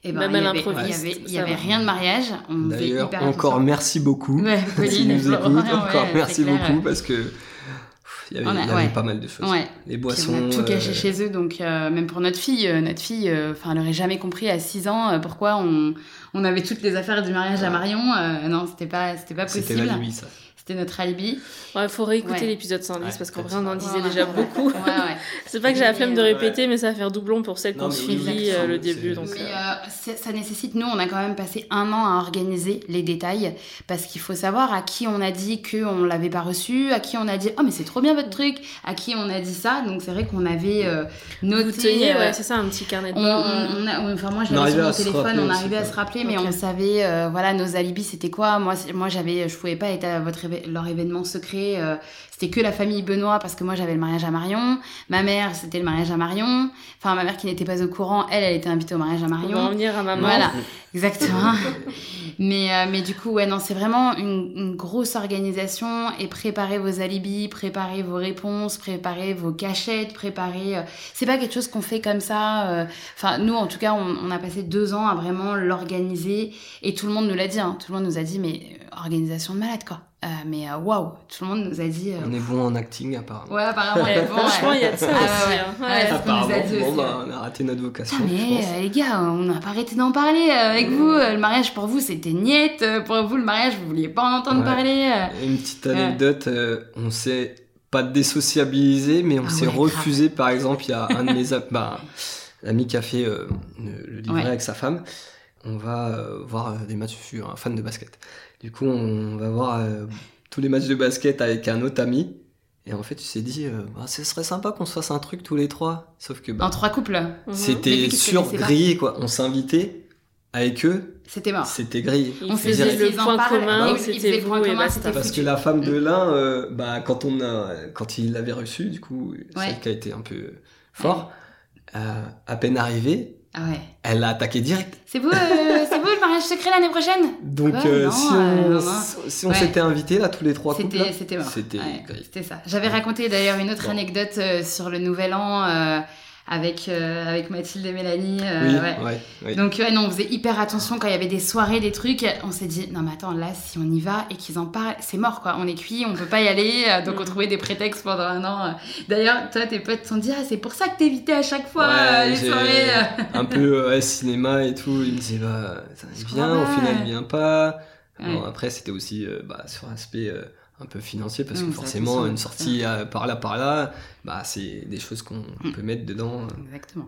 [SPEAKER 2] Et ben,
[SPEAKER 1] Même
[SPEAKER 2] il
[SPEAKER 1] à
[SPEAKER 2] y avait,
[SPEAKER 1] l'improviste,
[SPEAKER 2] il y avait, il y
[SPEAKER 1] ça
[SPEAKER 2] avait
[SPEAKER 1] va.
[SPEAKER 2] rien de mariage. On
[SPEAKER 3] D'ailleurs,
[SPEAKER 2] faisait hyper
[SPEAKER 3] encore
[SPEAKER 2] attention.
[SPEAKER 3] merci beaucoup.
[SPEAKER 2] Ouais, Pauline
[SPEAKER 3] S'ils
[SPEAKER 2] et
[SPEAKER 3] nous écoutent,
[SPEAKER 2] Florent,
[SPEAKER 3] encore
[SPEAKER 2] ouais,
[SPEAKER 3] merci
[SPEAKER 2] c'est clair.
[SPEAKER 3] beaucoup parce que pff, il y avait,
[SPEAKER 2] On a-
[SPEAKER 3] il y avait
[SPEAKER 2] ouais.
[SPEAKER 3] pas mal de choses.
[SPEAKER 2] Ouais.
[SPEAKER 3] Les
[SPEAKER 2] Puis
[SPEAKER 3] boissons.
[SPEAKER 2] on a tout caché
[SPEAKER 3] euh,
[SPEAKER 2] chez eux, donc euh, même pour notre fille, euh, notre fille, enfin, elle aurait jamais compris à six ans euh, pourquoi on, on avait toutes les affaires du mariage à
[SPEAKER 3] Ouais.
[SPEAKER 2] Marion. Euh, non, c'était pas, c'était pas
[SPEAKER 3] C'était
[SPEAKER 2] possible.
[SPEAKER 3] l'alibi, ça.
[SPEAKER 2] C'était notre alibi.
[SPEAKER 1] Ouais, faut réécouter
[SPEAKER 2] Ouais.
[SPEAKER 1] l'épisode cent dix
[SPEAKER 3] Ouais,
[SPEAKER 1] parce qu'en
[SPEAKER 3] peut-être.
[SPEAKER 1] vrai, on en disait
[SPEAKER 2] Ouais,
[SPEAKER 1] déjà
[SPEAKER 2] ouais.
[SPEAKER 1] beaucoup.
[SPEAKER 2] Ouais, ouais.
[SPEAKER 1] C'est pas que j'ai la flemme de
[SPEAKER 2] Mais, euh,
[SPEAKER 1] répéter, mais ça va faire doublon pour celles qui
[SPEAKER 3] Non,
[SPEAKER 1] ont
[SPEAKER 3] mais oui,
[SPEAKER 1] suivi
[SPEAKER 3] exactement.
[SPEAKER 1] euh, le
[SPEAKER 3] C'est-
[SPEAKER 1] début. Donc,
[SPEAKER 2] Mais
[SPEAKER 1] euh,
[SPEAKER 2] euh, c'est- ça nécessite, nous, on a quand même passé un an à organiser les détails parce qu'il faut savoir à qui on a dit qu'on ne l'avait pas reçu, à qui on a dit « Oh, mais c'est trop bien votre truc », à qui on a dit ça. Donc, c'est vrai qu'on avait euh, noté...
[SPEAKER 1] vous teniez,
[SPEAKER 2] euh,
[SPEAKER 1] ouais, c'est ça, un petit carnet de
[SPEAKER 2] on,
[SPEAKER 1] bord.
[SPEAKER 2] on- on a, enfin, moi, je
[SPEAKER 3] On
[SPEAKER 2] l'avais sur
[SPEAKER 3] arrivait
[SPEAKER 2] mon
[SPEAKER 3] à se
[SPEAKER 2] téléphone,
[SPEAKER 3] rappeler
[SPEAKER 2] on
[SPEAKER 3] aussi,
[SPEAKER 2] arrivait à
[SPEAKER 3] quoi.
[SPEAKER 2] se rappeler, mais
[SPEAKER 1] Ok.
[SPEAKER 2] on savait, euh, voilà, nos alibis, c'était quoi. Moi, c'est- moi j'avais, je pouvais pas être à votre éve- leur événement secret. euh, c'était que la famille Benoît parce que moi, j'avais le mariage à Marion. Ma mère, c'était le mariage à Marion. Enfin, ma mère qui n'était pas au courant, elle, elle était invitée au mariage à
[SPEAKER 1] On va en
[SPEAKER 2] Marion.
[SPEAKER 1] venir à maman.
[SPEAKER 2] Voilà, exactement. mais, euh, mais du coup, ouais, non, c'est vraiment une, une grosse organisation et préparer vos alibis, préparer vos réponses, préparer vos cachettes, préparer... euh, c'est pas quelque chose qu'on fait comme ça. euh, Enfin, nous, en tout cas, on, on a passé deux ans à vraiment l'organiser et tout le monde nous l'a dit. Hein, tout le monde nous a dit, mais euh, organisation de malade, quoi. Euh, mais euh, waouh, tout le monde nous a dit... euh,
[SPEAKER 3] On est bon en acting, apparemment.
[SPEAKER 2] Ouais, apparemment,
[SPEAKER 1] Ouais,
[SPEAKER 2] bon,
[SPEAKER 1] franchement,
[SPEAKER 2] ouais.
[SPEAKER 1] il y a de ça
[SPEAKER 2] Ah,
[SPEAKER 1] aussi.
[SPEAKER 2] ouais,
[SPEAKER 1] hein.
[SPEAKER 2] ouais.
[SPEAKER 1] Ouais.
[SPEAKER 2] Ouais, c'est ce qu'on nous a
[SPEAKER 3] Apparemment,
[SPEAKER 2] dit
[SPEAKER 3] bon,
[SPEAKER 2] aussi,
[SPEAKER 3] bah,
[SPEAKER 2] ouais.
[SPEAKER 3] on a raté notre vocation,
[SPEAKER 2] Putain,
[SPEAKER 3] je
[SPEAKER 2] mais
[SPEAKER 3] pense.
[SPEAKER 2] euh, les gars, on n'a pas arrêté d'en parler euh, avec vous. Euh, Le mariage pour vous, c'était niette. Euh, Pour vous, le mariage, vous vouliez pas en entendre
[SPEAKER 3] Ouais.
[SPEAKER 2] parler. euh.
[SPEAKER 3] Et Une petite anecdote, euh, on s'est pas désociabilisé, mais on
[SPEAKER 2] Ah
[SPEAKER 3] s'est
[SPEAKER 2] ouais,
[SPEAKER 3] refusé, par exemple, il y a un de mes am- bah, l'ami qui a fait euh, le, le livret
[SPEAKER 2] Ouais.
[SPEAKER 3] avec sa femme, on va euh, voir euh, des matchs, je suis un fan de basket. Du coup, on va voir euh, tous les matchs de basket avec un autre ami, et en fait, tu s'est dit, euh, bah, ce serait sympa qu'on se fasse un truc tous les trois, sauf que bah,
[SPEAKER 2] En trois couples,
[SPEAKER 1] Mhm.
[SPEAKER 2] Mais
[SPEAKER 3] c'était
[SPEAKER 2] vu qu'ils se
[SPEAKER 3] sur
[SPEAKER 2] connaissaient pas.
[SPEAKER 3] grillé, quoi. On s'invitait avec eux,
[SPEAKER 2] c'était mort.
[SPEAKER 3] c'était grillé.
[SPEAKER 1] Ils
[SPEAKER 2] On
[SPEAKER 1] faisaient
[SPEAKER 2] faisait
[SPEAKER 1] le point commun,
[SPEAKER 2] Ils
[SPEAKER 1] c'était
[SPEAKER 2] faisaient le
[SPEAKER 1] vous
[SPEAKER 2] point
[SPEAKER 1] et
[SPEAKER 2] commun,
[SPEAKER 1] basta.
[SPEAKER 2] c'était
[SPEAKER 3] Parce
[SPEAKER 2] foutu.
[SPEAKER 3] que la femme de l'un, euh, bah, quand, on a, quand il l'avait reçue, du coup,
[SPEAKER 2] Ouais.
[SPEAKER 3] celle qui a été un peu fort, euh, à peine arrivée,
[SPEAKER 2] Ah ouais.
[SPEAKER 3] elle l'a attaqué direct.
[SPEAKER 2] C'est vous, euh, c'est vous le mariage secret l'année prochaine?
[SPEAKER 3] Donc,
[SPEAKER 2] Ouais,
[SPEAKER 3] euh,
[SPEAKER 2] non,
[SPEAKER 3] si on,
[SPEAKER 2] euh, non, non.
[SPEAKER 3] si on
[SPEAKER 2] Ouais.
[SPEAKER 3] s'était invités, là, tous les trois couples,
[SPEAKER 2] C'était,
[SPEAKER 3] là,
[SPEAKER 2] c'était mort.
[SPEAKER 3] c'était
[SPEAKER 2] Ouais,
[SPEAKER 3] grillé.
[SPEAKER 2] c'était ça. J'avais raconté d'ailleurs une autre
[SPEAKER 3] Bon.
[SPEAKER 2] anecdote euh, sur le Nouvel An euh, avec, euh, avec Mathilde et Mélanie. euh,
[SPEAKER 3] Oui,
[SPEAKER 2] ouais.
[SPEAKER 3] ouais, ouais.
[SPEAKER 2] Donc ouais, non, on faisait hyper attention quand il y avait des soirées, des trucs. On s'est dit, non mais attends, là, si on y va et qu'ils en parlent, c'est mort quoi. On est cuit, on peut pas y aller. Euh, Donc on trouvait des prétextes pendant un an. D'ailleurs, toi, tes potes t'ont dit, ah, c'est pour ça que t'évitais à chaque fois
[SPEAKER 3] Ouais,
[SPEAKER 2] euh, les
[SPEAKER 3] j'ai
[SPEAKER 2] soirées. euh.
[SPEAKER 3] un peu ouais, cinéma et tout. Il me disait, bah, ça, il vient, au
[SPEAKER 2] Ouais.
[SPEAKER 3] final, il vient pas.
[SPEAKER 2] Ouais.
[SPEAKER 3] Bon, après, c'était aussi euh, bah, sur l'aspect euh, un peu financier, parce
[SPEAKER 2] Mmh,
[SPEAKER 3] que
[SPEAKER 2] c'est
[SPEAKER 3] forcément,
[SPEAKER 2] attention,
[SPEAKER 3] une sortie euh, par là, par là, bah, c'est des choses qu'on
[SPEAKER 2] Mmh.
[SPEAKER 3] peut mettre dedans.
[SPEAKER 2] Exactement.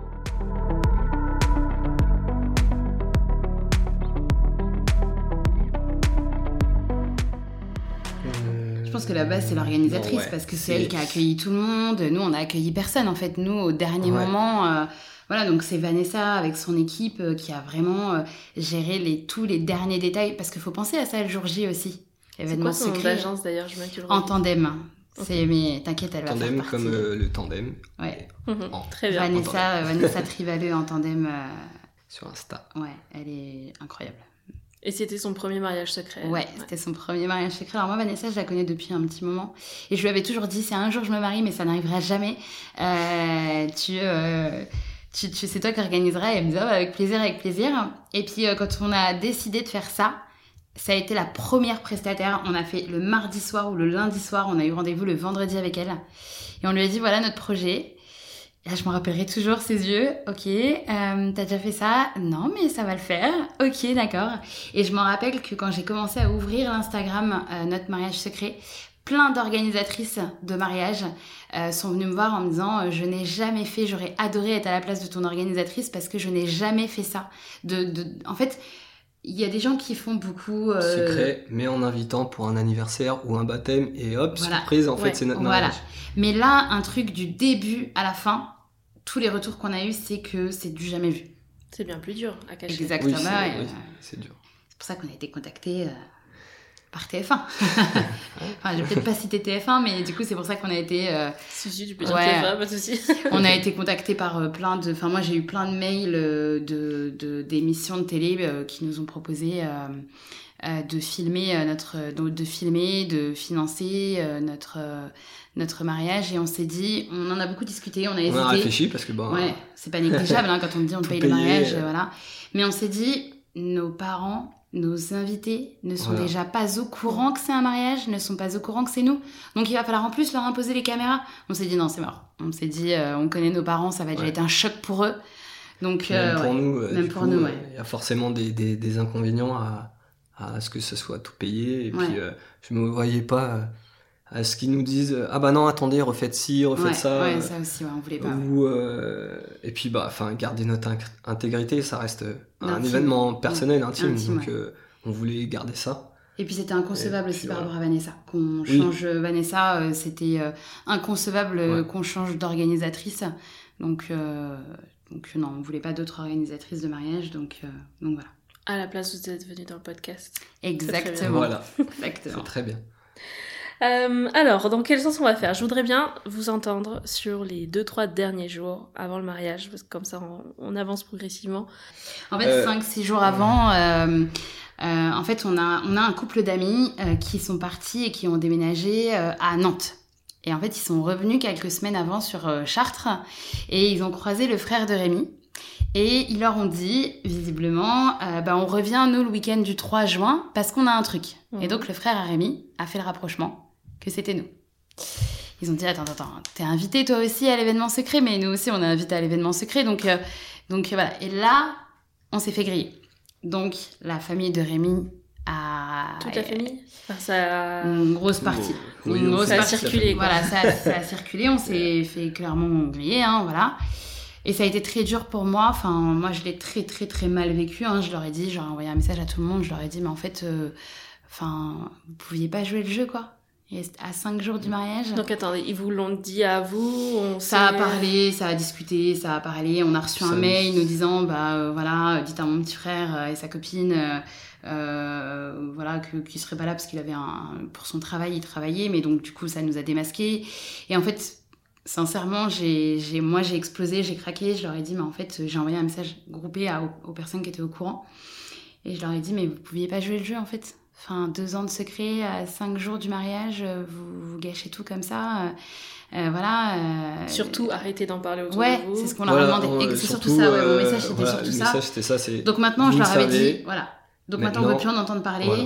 [SPEAKER 3] Euh,
[SPEAKER 2] Je pense que la base, c'est l'organisatrice,
[SPEAKER 3] bon, ouais,
[SPEAKER 2] parce que c'est elle qui a accueilli tout le monde. Nous, on a accueilli personne, en fait. Nous, au dernier
[SPEAKER 3] Ouais.
[SPEAKER 2] moment, euh, voilà, donc c'est Vanessa, avec son équipe, euh, qui a vraiment euh, géré les, tous les derniers détails. Parce qu'il faut penser à ça le jour J aussi.
[SPEAKER 1] C'est
[SPEAKER 2] Événement
[SPEAKER 1] quoi son nom
[SPEAKER 2] secret.
[SPEAKER 1] d'agence d'ailleurs? Je me tu le
[SPEAKER 2] En
[SPEAKER 1] redis.
[SPEAKER 2] tandem. C'est, mais t'inquiète, elle va
[SPEAKER 3] Tandem
[SPEAKER 2] faire partie.
[SPEAKER 3] comme euh, le tandem.
[SPEAKER 2] Ouais.
[SPEAKER 1] Mhm.
[SPEAKER 3] En-
[SPEAKER 1] Très bien.
[SPEAKER 2] Vanessa, euh, Vanessa Trivaleux en tandem, euh,
[SPEAKER 3] Sur Insta.
[SPEAKER 2] ouais, elle est incroyable.
[SPEAKER 1] Et c'était son premier mariage secret.
[SPEAKER 2] Ouais, c'était son premier mariage secret. Alors moi, Vanessa, je la connais depuis un petit moment. Et je lui avais toujours dit, c'est un jour je me marie, mais ça n'arrivera jamais. Euh, tu, euh, tu, tu, c'est toi qui organiseras. Et elle me dit, oh, avec plaisir, avec plaisir. Et puis, euh, quand on a décidé de faire ça, ça a été la première prestataire. On a fait le mardi soir ou le lundi soir. On a eu rendez-vous le vendredi avec elle. Et on lui a dit, voilà notre projet. Et là, je me rappellerai toujours ses yeux. Ok, euh, t'as déjà fait ça? Non, mais ça va le faire. Ok, d'accord. Et je me rappelle que quand j'ai commencé à ouvrir l'Instagram euh, Notre Mariage Secret, plein d'organisatrices de mariage euh, sont venues me voir en me disant euh, je n'ai jamais fait, j'aurais adoré être à la place de ton organisatrice parce que je n'ai jamais fait ça. De, de... En fait, il y a des gens qui font beaucoup... euh,
[SPEAKER 3] Secret, mais en invitant pour un anniversaire ou un baptême, et hop,
[SPEAKER 2] Voilà.
[SPEAKER 3] surprise, en
[SPEAKER 1] Ouais,
[SPEAKER 3] fait, c'est notre
[SPEAKER 2] voilà.
[SPEAKER 3] mariage.
[SPEAKER 2] Mais là, un truc du début à la fin, tous les retours qu'on a eus, c'est que c'est du jamais vu.
[SPEAKER 1] C'est bien plus dur à cacher.
[SPEAKER 2] Exactement.
[SPEAKER 3] Oui, c'est
[SPEAKER 2] ouais.
[SPEAKER 3] oui, c'est dur.
[SPEAKER 2] C'est pour ça qu'on a été contactés. euh, par T F un. Enfin, je vais peut-être pas citer T F un, mais du coup, c'est pour ça qu'on a été... Euh...
[SPEAKER 1] Si, si, tu peux dire ouais, T F un, pas de souci.
[SPEAKER 2] On a été contactés par euh, plein de... Enfin, moi, j'ai eu plein de mails euh, de, de, d'émissions de télé euh, qui nous ont proposé euh, euh, de filmer euh, notre... De, de filmer, de financer euh, notre... Euh, notre mariage, et on s'est dit, on en a beaucoup discuté, on a hésité.
[SPEAKER 3] On a réfléchi parce que bon...
[SPEAKER 2] Ouais, c'est pas négligeable hein, quand on dit on paye le mariage, euh... voilà. Mais on s'est dit, nos parents, nos invités ne sont voilà. déjà pas au courant que c'est un mariage, ne sont pas au courant que c'est nous. Donc il va falloir en plus leur imposer les caméras. On s'est dit non, c'est mort. On s'est dit, euh, on connaît nos parents, ça va déjà ouais. être un choc pour eux. Donc,
[SPEAKER 3] même
[SPEAKER 2] euh,
[SPEAKER 3] pour
[SPEAKER 2] ouais.
[SPEAKER 3] nous, euh,
[SPEAKER 2] même pour coup, nous, ouais.
[SPEAKER 3] il y a forcément des, des, des inconvénients à, à ce que ce soit tout payé. Et ouais. puis euh, je me voyais pas... Euh, à ce qu'ils nous disent ah bah non attendez refaites ci refaites
[SPEAKER 2] ouais,
[SPEAKER 3] ça
[SPEAKER 2] ouais ça aussi ouais, on voulait pas
[SPEAKER 3] ou euh, et puis bah enfin garder notre intégrité ça reste un
[SPEAKER 2] intime.
[SPEAKER 3] événement personnel intime, intime donc
[SPEAKER 2] ouais.
[SPEAKER 3] euh, on voulait garder ça
[SPEAKER 2] et puis c'était inconcevable
[SPEAKER 3] et
[SPEAKER 2] aussi
[SPEAKER 3] puis,
[SPEAKER 2] par
[SPEAKER 3] ouais.
[SPEAKER 2] rapport à Vanessa qu'on
[SPEAKER 3] oui.
[SPEAKER 2] change Vanessa euh, c'était euh, inconcevable
[SPEAKER 3] ouais.
[SPEAKER 2] qu'on change d'organisatrice donc euh, donc non on voulait pas d'autres organisatrices de mariage donc euh, donc voilà
[SPEAKER 1] à la place vous êtes venue dans le podcast
[SPEAKER 2] exactement
[SPEAKER 3] voilà
[SPEAKER 2] exactement
[SPEAKER 3] c'est très bien.
[SPEAKER 1] Euh, alors, dans quel sens on va faire ? Je voudrais bien vous entendre sur les deux trois derniers jours avant le mariage, parce que comme ça, on, on avance progressivement.
[SPEAKER 2] En fait, euh... cinq six jours avant, euh, euh, en fait, on a, on a un couple d'amis euh, qui sont partis et qui ont déménagé euh, à Nantes. Et en fait, ils sont revenus quelques semaines avant sur euh, Chartres et ils ont croisé le frère de Rémi. Et ils leur ont dit, visiblement, euh, bah, on revient, nous, le week-end du trois juin, parce qu'on a un truc. Mmh. Et donc, le frère à Rémi a fait le rapprochement que c'était nous. Ils ont dit, attends, attends, t'es invité toi aussi à l'événement secret, mais nous aussi, on est invité à l'événement secret. Donc, euh, donc voilà. Et là, on s'est fait griller. Donc, la famille de Rémi a...
[SPEAKER 1] Toute la famille enfin, ça...
[SPEAKER 2] Une grosse partie.
[SPEAKER 3] Oui,
[SPEAKER 2] une grosse
[SPEAKER 1] ça
[SPEAKER 2] partie.
[SPEAKER 1] a circulé. Quoi.
[SPEAKER 2] Voilà, ça, ça a circulé. On s'est fait clairement griller, hein, voilà. Et ça a été très dur pour moi. Enfin, moi, je l'ai très, très, très mal vécu. Hein. Je leur ai dit, j'ai envoyé un message à tout le monde. Je leur ai dit, mais en fait, euh, enfin, vous pouviez pas jouer le jeu, quoi. Et à cinq jours du mariage.
[SPEAKER 1] Donc, attendez, ils vous l'ont dit à vous on
[SPEAKER 2] Ça
[SPEAKER 1] sait...
[SPEAKER 2] a parlé, ça a discuté, ça a parlé. On a reçu ça un mail nous disant, bah, euh, voilà, dites à mon petit frère euh, et sa copine, euh, euh, voilà, que, qu'il serait pas là parce qu'il avait un, pour son travail, il travaillait. Mais donc, du coup, ça nous a démasqués. Et en fait, sincèrement, j'ai, j'ai, moi, j'ai explosé, j'ai craqué. Je leur ai dit, mais en fait, j'ai envoyé un message groupé à, aux, aux personnes qui étaient au courant. Et je leur ai dit, mais vous pouviez pas jouer le jeu, en fait. Enfin, deux ans de secret, à cinq jours du mariage, vous, vous gâchez tout comme ça. Euh, voilà. Euh...
[SPEAKER 1] Surtout, arrêtez d'en parler autour
[SPEAKER 2] ouais,
[SPEAKER 1] de vous.
[SPEAKER 2] Ouais, c'est ce qu'on leur
[SPEAKER 3] voilà,
[SPEAKER 2] a demandé.
[SPEAKER 3] on,
[SPEAKER 2] Et c'est
[SPEAKER 3] surtout,
[SPEAKER 2] surtout ça, ouais,
[SPEAKER 3] euh,
[SPEAKER 2] mon message c'était
[SPEAKER 3] voilà,
[SPEAKER 2] surtout
[SPEAKER 3] le
[SPEAKER 2] ça.
[SPEAKER 3] Message, c'était ça c'est...
[SPEAKER 2] Donc maintenant, je leur avais
[SPEAKER 3] savez,
[SPEAKER 2] dit, voilà. Donc maintenant,
[SPEAKER 3] maintenant
[SPEAKER 2] on ne peut plus en entendre parler.
[SPEAKER 3] Voilà.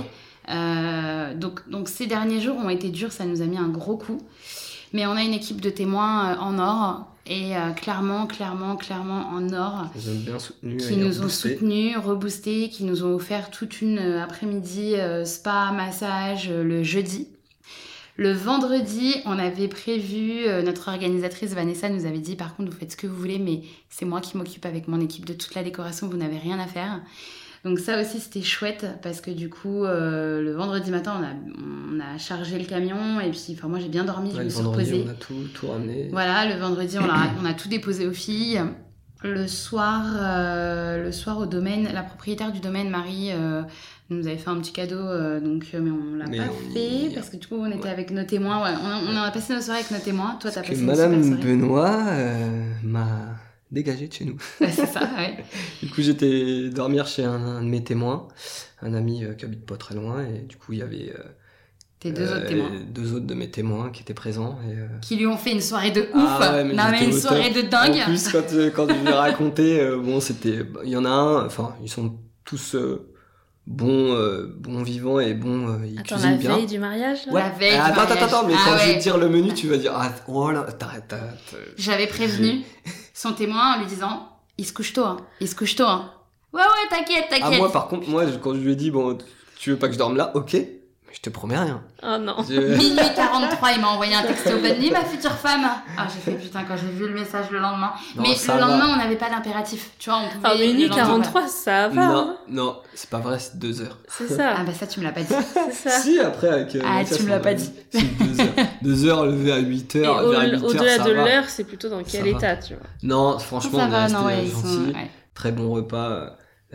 [SPEAKER 2] Euh, donc, donc ces derniers jours ont été durs, ça nous a mis un gros coup. Mais on a une équipe de témoins euh, en or. Et euh, clairement, clairement, clairement en or,
[SPEAKER 3] ils ont bien soutenu,
[SPEAKER 2] qui nous ont soutenus, reboostés, qui nous ont offert toute une euh, après-midi euh, spa, massage euh, le jeudi. Le vendredi, on avait prévu, euh, notre organisatrice Vanessa nous avait dit, par contre, vous faites ce que vous voulez, mais c'est moi qui m'occupe avec mon équipe de toute la décoration, vous n'avez rien à faire. Donc ça aussi, c'était chouette, parce que du coup, euh, le vendredi matin, on a, on a chargé le camion, et puis enfin, moi, j'ai bien dormi, je
[SPEAKER 3] ouais,
[SPEAKER 2] me suis
[SPEAKER 3] vendredi,
[SPEAKER 2] reposée.
[SPEAKER 3] on a tout, tout ramené.
[SPEAKER 2] Voilà, le vendredi, on a, on a tout déposé aux filles. Le soir, euh, le soir au domaine, la propriétaire du domaine, Marie, euh, nous avait fait un petit cadeau, euh, donc, mais on l'a
[SPEAKER 3] mais
[SPEAKER 2] pas
[SPEAKER 3] on
[SPEAKER 2] fait,
[SPEAKER 3] y...
[SPEAKER 2] parce que du coup, on était
[SPEAKER 3] ouais.
[SPEAKER 2] avec nos témoins. Ouais, on, a, on a passé nos soirées avec nos témoins. Toi, t'as
[SPEAKER 3] parce
[SPEAKER 2] passé
[SPEAKER 3] que
[SPEAKER 2] une
[SPEAKER 3] Madame
[SPEAKER 2] super soirée.
[SPEAKER 3] Benoît euh, m'a dégagé de chez nous.
[SPEAKER 2] Ouais, c'est ça, ouais.
[SPEAKER 3] Du coup, j'étais dormir chez un, un de mes témoins, un ami euh, qui habite pas très loin, et du coup, il y avait... Euh,
[SPEAKER 2] Tes deux
[SPEAKER 3] euh,
[SPEAKER 2] autres témoins.
[SPEAKER 3] Deux autres de mes témoins qui étaient présents. Et, euh...
[SPEAKER 2] Qui lui ont fait une soirée de ouf.
[SPEAKER 3] Ah ouais, mais
[SPEAKER 2] non, mais une soirée de dingue.
[SPEAKER 3] En plus, quand, euh, quand je lui ai raconté, euh, bon, c'était... Il y en a un, enfin, ils sont tous... Euh, Bon, euh, bon vivant et bon, euh, il
[SPEAKER 1] attends,
[SPEAKER 3] cuisine
[SPEAKER 1] la
[SPEAKER 3] bien.
[SPEAKER 1] veille du mariage là
[SPEAKER 2] Ouais, la veille
[SPEAKER 3] ah,
[SPEAKER 2] du
[SPEAKER 3] attends,
[SPEAKER 2] mariage.
[SPEAKER 3] attends, attends, mais
[SPEAKER 2] ah,
[SPEAKER 3] quand
[SPEAKER 2] ouais.
[SPEAKER 3] je vais te dire le menu, tu vas dire, ah, oh là, t'arrêtes, t'arrêtes.
[SPEAKER 2] J'avais prévenu son témoin en lui disant, il se couche tôt, hein. Il se couche tôt, hein. Ouais, ouais, t'inquiète, t'inquiète.
[SPEAKER 3] Ah, moi, par contre, moi, quand je lui ai dit, bon, tu veux pas que je dorme là, ok, mais je te promets rien.
[SPEAKER 1] Oh non.
[SPEAKER 3] Je...
[SPEAKER 2] minuit quarante-trois, il m'a envoyé un texto. Bonne nuit, ma future femme. Ah, j'ai fait putain quand j'ai vu le message le lendemain.
[SPEAKER 3] Non,
[SPEAKER 2] mais
[SPEAKER 3] ça
[SPEAKER 2] le lendemain,
[SPEAKER 3] va.
[SPEAKER 2] on n'avait pas d'impératif. Tu vois, on pouvait.
[SPEAKER 1] Ah, minuit
[SPEAKER 2] le lendemain,
[SPEAKER 1] quarante-trois, ça va.
[SPEAKER 3] Non,
[SPEAKER 1] hein.
[SPEAKER 3] non, c'est pas vrai, c'est deux heures.
[SPEAKER 1] C'est ça.
[SPEAKER 2] Ah, bah ça, tu me l'as pas dit.
[SPEAKER 1] C'est ça.
[SPEAKER 3] Si, après, avec. Euh,
[SPEAKER 2] Ah,
[SPEAKER 3] Mathias,
[SPEAKER 2] tu me l'as
[SPEAKER 3] on
[SPEAKER 2] pas
[SPEAKER 3] a-
[SPEAKER 2] dit.
[SPEAKER 3] C'est deux heures. Deux heures levées à huit
[SPEAKER 1] Et
[SPEAKER 3] heures,
[SPEAKER 1] au-
[SPEAKER 3] vers huit heures,
[SPEAKER 1] au-delà
[SPEAKER 3] ça
[SPEAKER 1] de
[SPEAKER 3] va.
[SPEAKER 1] l'heure, c'est plutôt dans quel
[SPEAKER 3] Ça va.
[SPEAKER 1] état, tu vois.
[SPEAKER 3] Non, franchement,
[SPEAKER 2] ça
[SPEAKER 3] on est
[SPEAKER 2] va,
[SPEAKER 3] resté
[SPEAKER 2] non, ouais, ils
[SPEAKER 3] gentils.
[SPEAKER 2] sont. Ouais.
[SPEAKER 3] Très bon repas.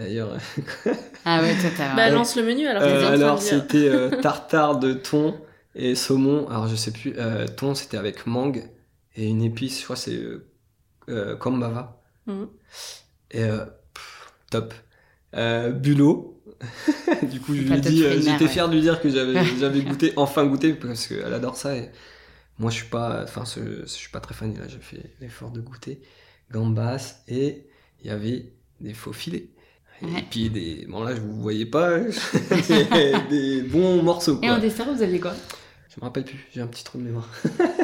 [SPEAKER 3] D'ailleurs.
[SPEAKER 2] Ah ouais, toi, t'as...
[SPEAKER 1] Bah, lance le menu, alors.
[SPEAKER 3] Euh, alors, c'était euh, tartare de thon et saumon. Alors, je sais plus. Euh, thon, c'était avec mangue et une épice, je crois que c'est euh, euh, kambava. Mmh. Et euh, pff, top. Euh, bulot. Du coup, je lui ai dit, euh, j'étais fier de lui dire que j'avais, j'avais goûté, enfin goûté, parce qu'elle adore ça. Et moi, je suis pas, enfin, je, je suis pas très fan. Là, j'ai fait l'effort de goûter. Gambas, et il y avait des faux filets. Et ouais. Puis des, bon là, je vous voyais pas, des, des bons morceaux. Quoi.
[SPEAKER 2] Et en dessert, vous aviez quoi?
[SPEAKER 3] Je me rappelle plus, j'ai un petit trou de mémoire.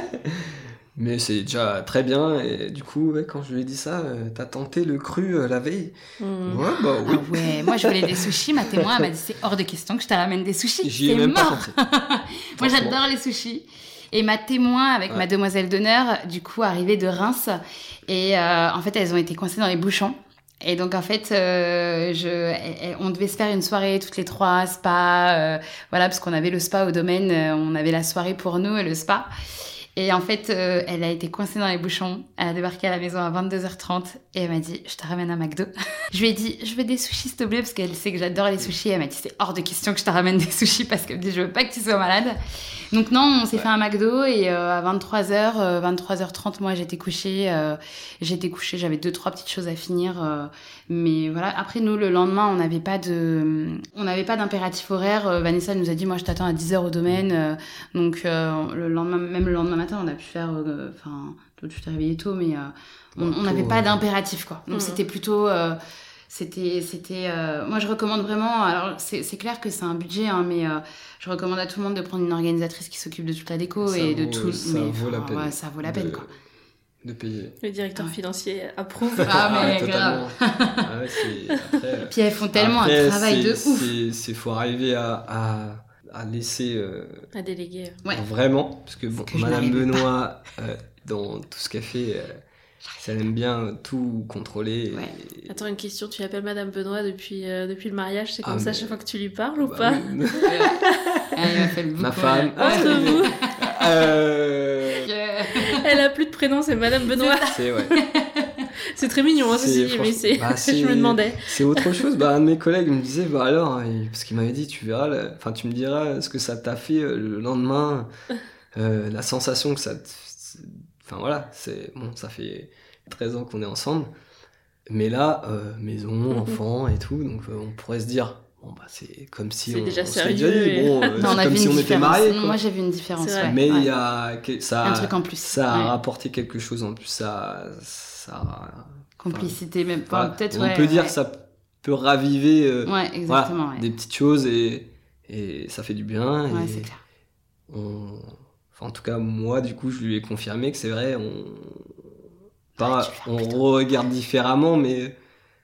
[SPEAKER 3] Mais c'est déjà très bien, et du coup, ouais, quand je lui ai dit ça, euh, t'as tenté le cru euh, la veille?
[SPEAKER 2] mmh.
[SPEAKER 3] Ouais, bah oui.
[SPEAKER 2] Ah ouais, moi je voulais des sushis, ma témoin elle m'a dit c'est hors de question que je te ramène des sushis.
[SPEAKER 3] J'y ai même
[SPEAKER 2] mort.
[SPEAKER 3] Pas pensé.
[SPEAKER 2] Moi j'adore les sushis. Et ma témoin avec ouais. ma demoiselle d'honneur, du coup, arrivée de Reims, et euh, en fait, elles ont été coincées dans les bouchons. Et donc, en fait, euh, je, elle, on devait se faire une soirée toutes les trois, spa, euh, voilà, parce qu'on avait le spa au domaine, euh, on avait la soirée pour nous et le spa. Et en fait, euh, elle a été coincée dans les bouchons. Elle a débarqué à la maison à vingt-deux heures trente et elle m'a dit, je te ramène un McDo. Je lui ai dit, je veux des sushis, s'il te plaît, parce qu'elle sait que j'adore les sushis. Elle m'a dit, c'est hors de question que je te ramène des sushis parce qu'elle me dit, je veux pas que tu sois malade. Donc non, on s'est ouais. fait un McDo et euh, à vingt-trois heures, euh, vingt-trois heures trente, moi j'étais couchée. Euh, j'étais couchée, j'avais deux, trois petites choses à finir. Euh, mais voilà, après nous, le lendemain, on n'avait pas de, on n'avait pas d'impératif horaire. Euh, Vanessa nous a dit, moi je t'attends à dix heures au domaine. Euh, donc euh, le lendemain, même le lendemain matin, on a pu faire, enfin, euh, toi tu t'es réveillé tôt, mais euh, on n'avait pas d'impératif, quoi. Donc mmh. c'était plutôt... Euh, C'était, c'était, euh, moi je recommande vraiment, alors c'est, c'est clair que c'est un budget, hein, mais euh, je recommande à tout le monde de prendre une organisatrice qui s'occupe de toute la déco ça et
[SPEAKER 3] vaut,
[SPEAKER 2] de tout.
[SPEAKER 3] Ça
[SPEAKER 2] mais,
[SPEAKER 3] vaut la peine.
[SPEAKER 2] Ouais, ça vaut la peine,
[SPEAKER 3] de,
[SPEAKER 2] quoi.
[SPEAKER 3] De payer.
[SPEAKER 1] Le directeur ouais. financier approuve.
[SPEAKER 2] Ah, mais
[SPEAKER 3] ouais,
[SPEAKER 2] grave.
[SPEAKER 3] Ah ouais, c'est, après,
[SPEAKER 2] puis elles font tellement
[SPEAKER 3] après,
[SPEAKER 2] un travail de
[SPEAKER 3] c'est,
[SPEAKER 2] ouf.
[SPEAKER 3] C'est, c'est faut arriver à, à, à laisser. Euh,
[SPEAKER 1] à déléguer.
[SPEAKER 2] Ouais.
[SPEAKER 3] Vraiment, parce que, bon,
[SPEAKER 2] que
[SPEAKER 3] Madame Benoît, euh, dans tout ce qu'elle fait. Euh, Ça aime bien tout contrôler.
[SPEAKER 2] Ouais.
[SPEAKER 3] Et...
[SPEAKER 1] Attends, une question, tu appelles Madame Benoît depuis, euh, depuis le mariage, c'est comme ah, ça à chaque fois que tu lui parles ou
[SPEAKER 3] bah,
[SPEAKER 1] pas
[SPEAKER 3] oui.
[SPEAKER 2] Elle m'appelle beaucoup.
[SPEAKER 3] Ma femme.
[SPEAKER 1] Entre vous.
[SPEAKER 3] euh...
[SPEAKER 1] Elle a plus de prénom, c'est Madame Benoît.
[SPEAKER 3] C'est, ouais.
[SPEAKER 1] C'est très mignon, hein, ceci, mais c'est... Bah, c'est... je me demandais.
[SPEAKER 3] C'est autre chose. Bah, un de mes collègues me disait, bah alors, parce qu'il m'avait dit, tu verras, la... enfin, tu me diras ce que ça t'a fait le lendemain, euh, la sensation que ça te... Enfin voilà, c'est bon, ça fait treize ans qu'on est ensemble. Mais là, euh, maison, mm-hmm. enfant et tout, donc euh, on pourrait se dire, bon bah c'est comme si
[SPEAKER 1] c'est
[SPEAKER 3] on,
[SPEAKER 1] déjà
[SPEAKER 3] on
[SPEAKER 1] sérieux.
[SPEAKER 3] Déjà dit,
[SPEAKER 1] et...
[SPEAKER 3] bon, euh,
[SPEAKER 2] non,
[SPEAKER 3] c'est
[SPEAKER 2] on
[SPEAKER 3] comme si on était mariés.
[SPEAKER 2] Quoi. Moi j'ai vu une différence. Ouais.
[SPEAKER 3] Mais il
[SPEAKER 2] ouais.
[SPEAKER 3] y a ça,
[SPEAKER 2] un truc en plus.
[SPEAKER 3] Ça a
[SPEAKER 2] ouais.
[SPEAKER 3] rapporté quelque chose en plus. Ça, ça.
[SPEAKER 2] Complicité même. Enfin,
[SPEAKER 3] voilà,
[SPEAKER 2] peut-être.
[SPEAKER 3] On
[SPEAKER 2] ouais,
[SPEAKER 3] peut
[SPEAKER 2] ouais.
[SPEAKER 3] dire que ça peut raviver. Euh,
[SPEAKER 2] ouais, exactement.
[SPEAKER 3] Voilà,
[SPEAKER 2] ouais.
[SPEAKER 3] des petites choses et et ça fait du bien.
[SPEAKER 2] Ouais,
[SPEAKER 3] et
[SPEAKER 2] c'est clair.
[SPEAKER 3] On... Enfin, en tout cas, moi, du coup, je lui ai confirmé que c'est vrai, on, pas, ouais, on regarde différemment, mais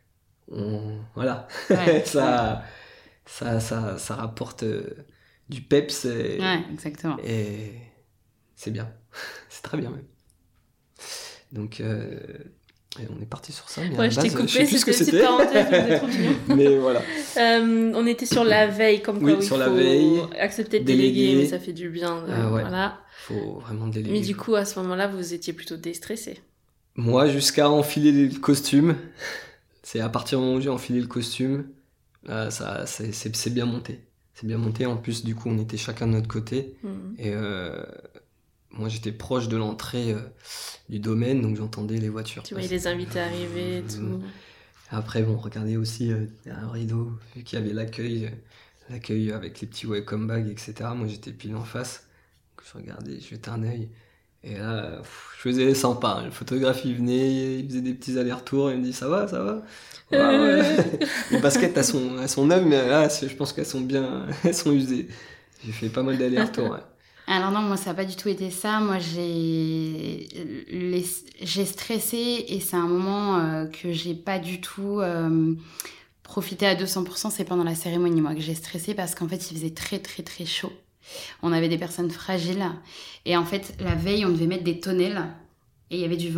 [SPEAKER 3] on, voilà,
[SPEAKER 2] ouais,
[SPEAKER 3] ça,
[SPEAKER 2] ouais.
[SPEAKER 3] ça, ça, ça rapporte du peps et,
[SPEAKER 2] ouais, exactement.
[SPEAKER 3] et c'est bien, c'est très bien même. Donc, euh, et on est parti sur ça. Mais
[SPEAKER 1] ouais, je
[SPEAKER 3] base,
[SPEAKER 1] t'ai coupé,
[SPEAKER 3] je sais plus
[SPEAKER 1] c'était
[SPEAKER 3] ce que
[SPEAKER 1] une petite parenthèse, c'était trop mignon.
[SPEAKER 3] Mais voilà.
[SPEAKER 1] Euh, on était sur la veille, comme quoi
[SPEAKER 3] oui,
[SPEAKER 1] oui,
[SPEAKER 3] sur
[SPEAKER 1] il
[SPEAKER 3] la
[SPEAKER 1] faut
[SPEAKER 3] veille,
[SPEAKER 1] accepter de
[SPEAKER 3] déléguer,
[SPEAKER 1] déléguer, mais ça fait du bien. De,
[SPEAKER 3] euh, ouais,
[SPEAKER 1] voilà.
[SPEAKER 3] Faut vraiment déléguer.
[SPEAKER 1] Mais du coup, à ce moment-là, vous étiez plutôt déstressé.
[SPEAKER 3] Moi, jusqu'à enfiler le costume, c'est à partir du moment où j'ai enfilé le costume, là, ça, c'est, c'est, c'est bien monté. C'est bien monté. En plus, du coup, on était chacun de notre côté. Mmh. Et euh, moi, j'étais proche de l'entrée euh, du domaine, donc j'entendais les voitures.
[SPEAKER 1] Tu voyais les invités arriver et tout.
[SPEAKER 3] Après, bon, regardez aussi euh, un rideau, vu qu'il y avait l'accueil, l'accueil avec les petits welcome bags, et cetera. Moi, j'étais pile en face. Donc, je regardais, je jetais un œil. Et là, pff, je faisais les sympas. Le photographe, il venait, il faisait des petits allers-retours. Il me dit, ça va, ça va. Ouais, ouais. Les baskets, elles sont, elles sont neuves, mais là, je pense qu'elles sont bien, elles sont usées. J'ai fait pas mal d'allers-retours, ouais.
[SPEAKER 2] Alors non, moi ça n'a pas du tout été ça. Moi j'ai les... j'ai stressé et c'est un moment euh, que j'ai pas du tout euh, profité à deux cents pour cent. C'est pendant la cérémonie moi que j'ai stressé parce qu'en fait il faisait très très très chaud. On avait des personnes fragiles et en fait la veille on devait mettre des tonnelles et il y avait du vent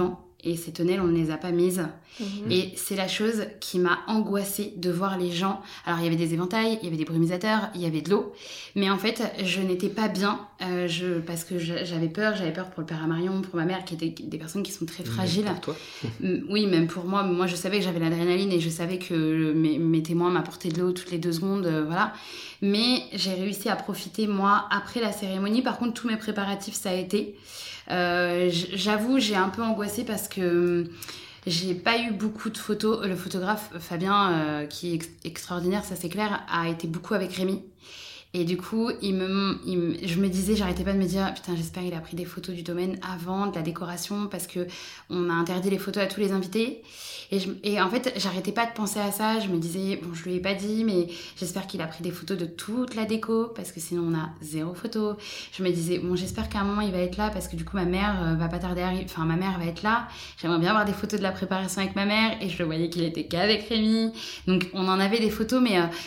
[SPEAKER 2] et ces tonnelles, on ne les a pas mises.
[SPEAKER 1] Mmh.
[SPEAKER 2] Et c'est la chose qui m'a angoissée de voir les gens. Alors, il y avait des éventails, il y avait des brumisateurs, il y avait de l'eau. Mais en fait, je n'étais pas bien euh, je, parce que j'avais peur. J'avais peur pour le père à Marion, pour ma mère, qui étaient des personnes qui sont très fragiles.
[SPEAKER 3] Même pour toi.
[SPEAKER 2] Oui, même pour moi. Moi, je savais que j'avais l'adrénaline et je savais que mes, mes témoins m'apportaient de l'eau toutes les deux secondes. Euh, voilà. Mais j'ai réussi à profiter, moi, après la cérémonie. Par contre, tous mes préparatifs, ça a été... Euh, j'avoue, j'ai un peu angoissée parce que j'ai pas eu beaucoup de photos. Le photographe Fabien, euh, qui est ex- extraordinaire, ça c'est clair, a été beaucoup avec Rémi. Et du coup, il me, il me, je me disais, j'arrêtais pas de me dire, putain, j'espère qu'il a pris des photos du domaine avant, de la décoration, parce que on a interdit les photos à tous les invités. Et, je, et en fait, j'arrêtais pas de penser à ça. Je me disais, bon, je lui ai pas dit, mais j'espère qu'il a pris des photos de toute la déco, parce que sinon on a zéro photo. Je me disais, bon, j'espère qu'à un moment il va être là, parce que du coup ma mère euh, va pas tarder à arriver. Enfin, ma mère va être là. J'aimerais bien avoir des photos de la préparation avec ma mère, et je le voyais qu'il était qu'avec Rémi. Donc on en avait des photos, mais euh,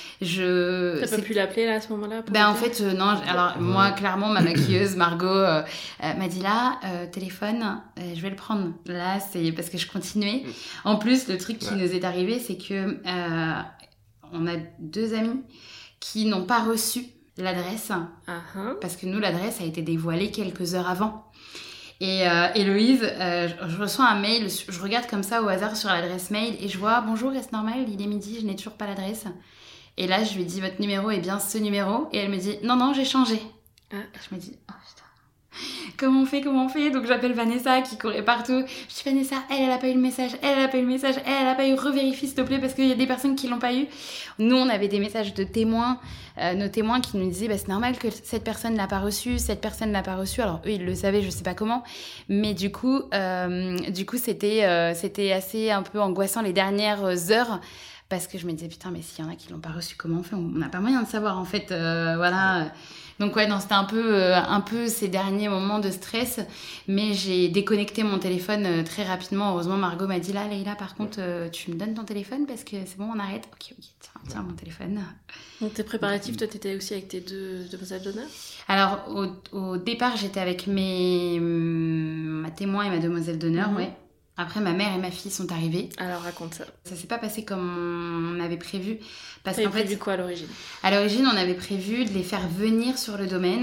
[SPEAKER 2] je.
[SPEAKER 1] T'as pas pu l'appeler là à ce moment-là?
[SPEAKER 2] Ben en fait euh, non. Alors ouais. Moi clairement ma maquilleuse Margot euh, euh, m'a dit là, euh, téléphone, euh, je vais le prendre. Là c'est parce que je continuais. En plus le truc qui ouais. nous est arrivé, c'est que euh, on a deux amis qui n'ont pas reçu l'adresse uh-huh. parce que nous l'adresse a été dévoilée quelques heures avant. Et euh, Héloïse, euh, je, je reçois un mail, je regarde comme ça au hasard sur l'adresse mail et je vois bonjour, est-ce normal, il est midi, je n'ai toujours pas l'adresse. Et là je lui dis votre numéro est bien ce numéro et elle me dit non non j'ai changé. Ah. Je me dis oh putain. Comment on fait, comment on fait? Donc j'appelle Vanessa qui courait partout. Je dis Vanessa, elle, elle a pas eu le message, elle, elle a pas eu le message, elle, elle a pas eu, revérifie s'il te plaît parce qu'il y a des personnes qui l'ont pas eu. Nous, on avait des messages de témoins, euh, nos témoins qui nous disaient bah, c'est normal que cette personne l'a pas reçu, cette personne l'a pas reçu. Alors eux, ils le savaient, je sais pas comment, mais du coup, euh, du coup, c'était, euh, c'était assez un peu angoissant les dernières heures. Parce que je me disais, putain, mais s'il y en a qui l'ont pas reçu, comment on fait? On n'a pas moyen de savoir, en fait. Euh, voilà. Donc, ouais, non, c'était un peu, euh, un peu ces derniers moments de stress. Mais j'ai déconnecté mon téléphone euh, très rapidement. Heureusement, Margot m'a dit, là, Leïla, par contre, euh, tu me donnes ton téléphone parce que c'est bon, on arrête. Ok, ok, tiens, tiens, mon téléphone.
[SPEAKER 1] Donc, tes préparatifs, toi, t'étais aussi avec tes deux demoiselles d'honneur?
[SPEAKER 2] Alors, au, au départ, j'étais avec mes, ma témoin et ma demoiselle d'honneur, mm-hmm. ouais. Après, ma mère et ma fille sont arrivées.
[SPEAKER 1] Alors, raconte ça.
[SPEAKER 2] Ça s'est pas passé comme on avait prévu. Parce
[SPEAKER 1] T'avais
[SPEAKER 2] qu'en fait,
[SPEAKER 1] prévu quoi à l'origine?
[SPEAKER 2] À l'origine, on avait prévu de les faire venir sur le domaine,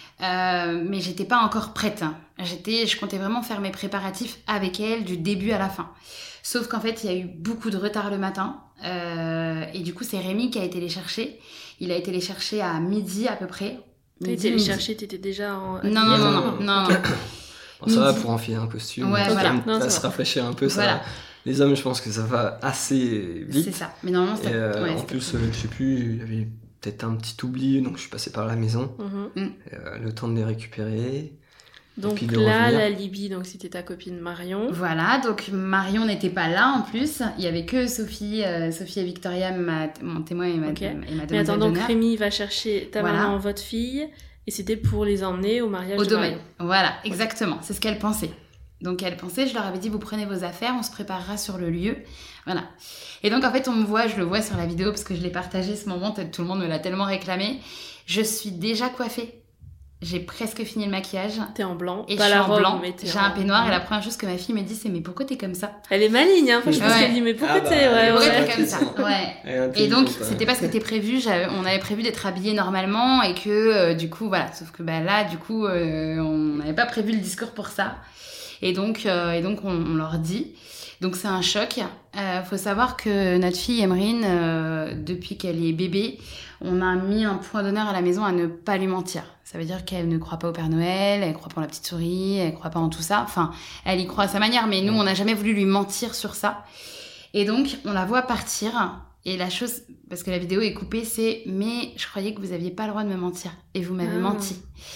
[SPEAKER 2] euh, mais j'étais pas encore prête. J'étais, je comptais vraiment faire mes préparatifs avec elles du début à la fin. Sauf qu'en fait, il y a eu beaucoup de retard le matin. Euh, et du coup, c'est Rémi qui a été les chercher. Il a été les chercher à midi à peu près.
[SPEAKER 1] T'as été les chercher, t'étais déjà en...
[SPEAKER 2] Non, non, non, non, non.
[SPEAKER 3] Okay. Bon, ça va pour enfiler un costume,
[SPEAKER 2] ouais, voilà.
[SPEAKER 3] non, ça se rafraîchir un peu. Ça voilà. Les hommes, je pense que ça va assez vite.
[SPEAKER 2] C'est ça. Mais normalement, ça...
[SPEAKER 3] Et, euh,
[SPEAKER 2] ouais,
[SPEAKER 3] en plus, euh, je sais plus, il y avait peut-être un petit oubli, donc je suis passé par la maison. Mm-hmm. Et, euh, le temps de les récupérer.
[SPEAKER 1] Donc
[SPEAKER 3] et puis de
[SPEAKER 1] là,
[SPEAKER 3] revenir.
[SPEAKER 1] la Libye, donc c'était ta copine Marion.
[SPEAKER 2] Voilà, donc Marion n'était pas là en plus. Il y avait que Sophie, euh, Sophie et Victoria, ma, mon témoin et ma,
[SPEAKER 1] okay.
[SPEAKER 2] et ma demoiselle
[SPEAKER 1] Mais attends, donc
[SPEAKER 2] d'honneur.
[SPEAKER 1] Rémi va chercher ta voilà. maman, votre fille, et c'était pour les emmener au mariage
[SPEAKER 2] au
[SPEAKER 1] de
[SPEAKER 2] domaine.
[SPEAKER 1] Marion.
[SPEAKER 2] Voilà, exactement, c'est ce qu'elle pensait. Donc elle pensait, je leur avais dit vous prenez vos affaires, on se préparera sur le lieu, voilà. Et donc en fait on me voit, je le vois sur la vidéo parce que je l'ai partagé ce moment, tout le monde me l'a tellement réclamé. Je suis déjà coiffée, j'ai presque fini le maquillage.
[SPEAKER 1] T'es en blanc,
[SPEAKER 2] et
[SPEAKER 1] pas
[SPEAKER 2] je
[SPEAKER 1] la
[SPEAKER 2] suis en
[SPEAKER 1] robe,
[SPEAKER 2] blanc,
[SPEAKER 1] mais t'es
[SPEAKER 2] j'ai
[SPEAKER 1] en...
[SPEAKER 2] un peignoir et la première chose que ma fille me dit c'est mais pourquoi t'es comme ça?
[SPEAKER 1] Elle est maligne, hein, franchement,
[SPEAKER 2] ouais.
[SPEAKER 1] qu'elle dit mais pourquoi
[SPEAKER 3] ah bah,
[SPEAKER 1] t'es ouais,
[SPEAKER 2] pourquoi
[SPEAKER 1] ouais.
[SPEAKER 2] t'es comme ça? Ouais. Et donc c'était pas ce qui était prévu, on avait prévu d'être habillés normalement et que euh, du coup voilà, sauf que bah, là du coup euh, on n'avait pas prévu le discours pour ça. Et donc, euh, et donc on, on leur dit. Donc c'est un choc. Euh, faut savoir que notre fille Emerine, euh, depuis qu'elle est bébé, on a mis un point d'honneur à la maison à ne pas lui mentir. Ça veut dire qu'elle ne croit pas au Père Noël, elle croit pas en la petite souris, elle croit pas en tout ça. Enfin, elle y croit à sa manière, mais nous, on n'a jamais voulu lui mentir sur ça. Et donc, on la voit partir. Et la chose, parce que la vidéo est coupée, c'est « Mais je croyais que vous aviez pas le droit de me mentir. Et vous m'avez ah. menti. »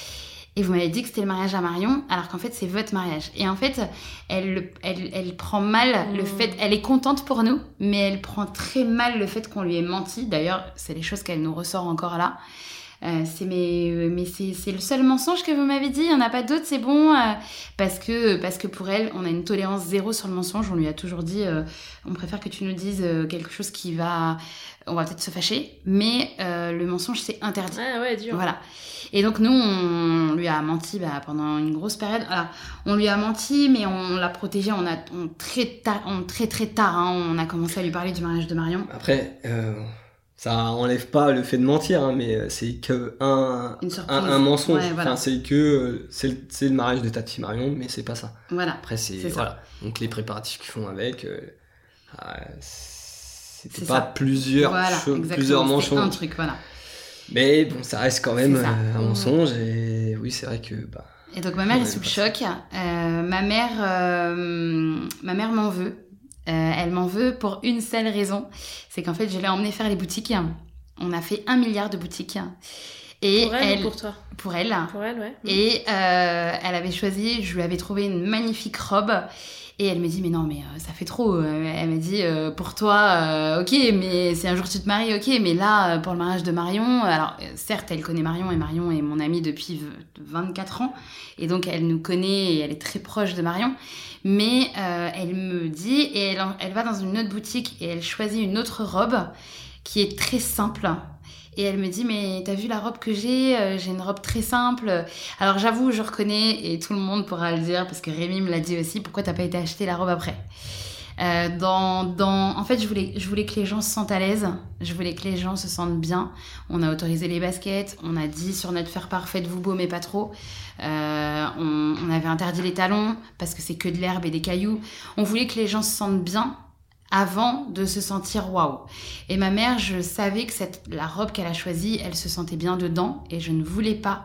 [SPEAKER 2] Et vous m'avez dit que c'était le mariage à Marion, alors qu'en fait, c'est votre mariage. Et en fait, elle, elle, elle prend mal mmh. le fait... Elle est contente pour nous, mais elle prend très mal le fait qu'on lui ait menti. D'ailleurs, c'est les choses qu'elle nous ressort encore là. Euh, c'est mais mais c'est c'est le seul mensonge que vous m'avez dit, il y en a pas d'autres, c'est bon. Euh, parce que parce que pour elle, on a une tolérance zéro sur le mensonge. On lui a toujours dit, euh, on préfère que tu nous dises euh, quelque chose qui va, on va peut-être se fâcher, mais euh, le mensonge c'est interdit.
[SPEAKER 1] Ah ouais, dur.
[SPEAKER 2] Voilà. Et donc nous, on lui a menti bah, pendant une grosse période. Alors, on lui a menti, mais on l'a protégé. On a on, très tard, on, très très tard. Hein, on a commencé à lui parler du mariage de Marion.
[SPEAKER 3] Après. Euh... Ça enlève pas le fait de mentir, hein, mais c'est que un, un, un mensonge. Ouais, voilà. Enfin, c'est que c'est le, c'est le mariage de ta fille Marion, mais c'est pas ça.
[SPEAKER 2] Voilà.
[SPEAKER 3] Après, c'est,
[SPEAKER 2] c'est
[SPEAKER 3] voilà. Donc les préparatifs qu'ils font avec, euh, c'était
[SPEAKER 2] c'est
[SPEAKER 3] pas
[SPEAKER 2] ça.
[SPEAKER 3] plusieurs,
[SPEAKER 2] voilà,
[SPEAKER 3] cho- plusieurs mensonges.
[SPEAKER 2] C'est un truc, voilà.
[SPEAKER 3] Mais bon, ça reste quand même euh, un mensonge, et oui, c'est vrai que. Bah,
[SPEAKER 2] et donc ma mère est sous le choc. Euh, ma mère, euh, ma mère m'en veut. Euh, elle m'en veut pour une seule raison, c'est qu'en fait je l'ai emmenée faire les boutiques. On a fait un milliard de boutiques. Et
[SPEAKER 1] pour elle,
[SPEAKER 2] elle
[SPEAKER 1] ou pour toi?
[SPEAKER 2] Pour elle.
[SPEAKER 1] Pour elle, ouais.
[SPEAKER 2] Et euh, elle avait choisi, je lui avais trouvé une magnifique robe. Et elle me dit, mais non, mais euh, ça fait trop. Elle m'a dit, euh, pour toi, euh, ok, mais si un jour tu te maries, ok, mais là, pour le mariage de Marion, alors certes, elle connaît Marion, et Marion est mon amie depuis vingt-quatre ans, et donc elle nous connaît, et elle est très proche de Marion, mais euh, elle me dit, et elle, elle va dans une autre boutique, et elle choisit une autre robe, qui est très simple. Et elle me dit, mais t'as vu la robe que j'ai ? J'ai une robe très simple. Alors j'avoue, je reconnais, et tout le monde pourra le dire, parce que Rémi me l'a dit aussi, pourquoi t'as pas été acheter la robe après ? euh, dans, dans... En fait, je voulais, je voulais que les gens se sentent à l'aise, je voulais que les gens se sentent bien. On a autorisé les baskets, on a dit sur notre faire-part, faites-vous beau, mais pas trop. Euh, on, on avait interdit les talons, parce que c'est que de l'herbe et des cailloux. On voulait que les gens se sentent bien, avant de se sentir waouh. Et ma mère, je savais que cette, la robe qu'elle a choisie, elle se sentait bien dedans, et je ne voulais pas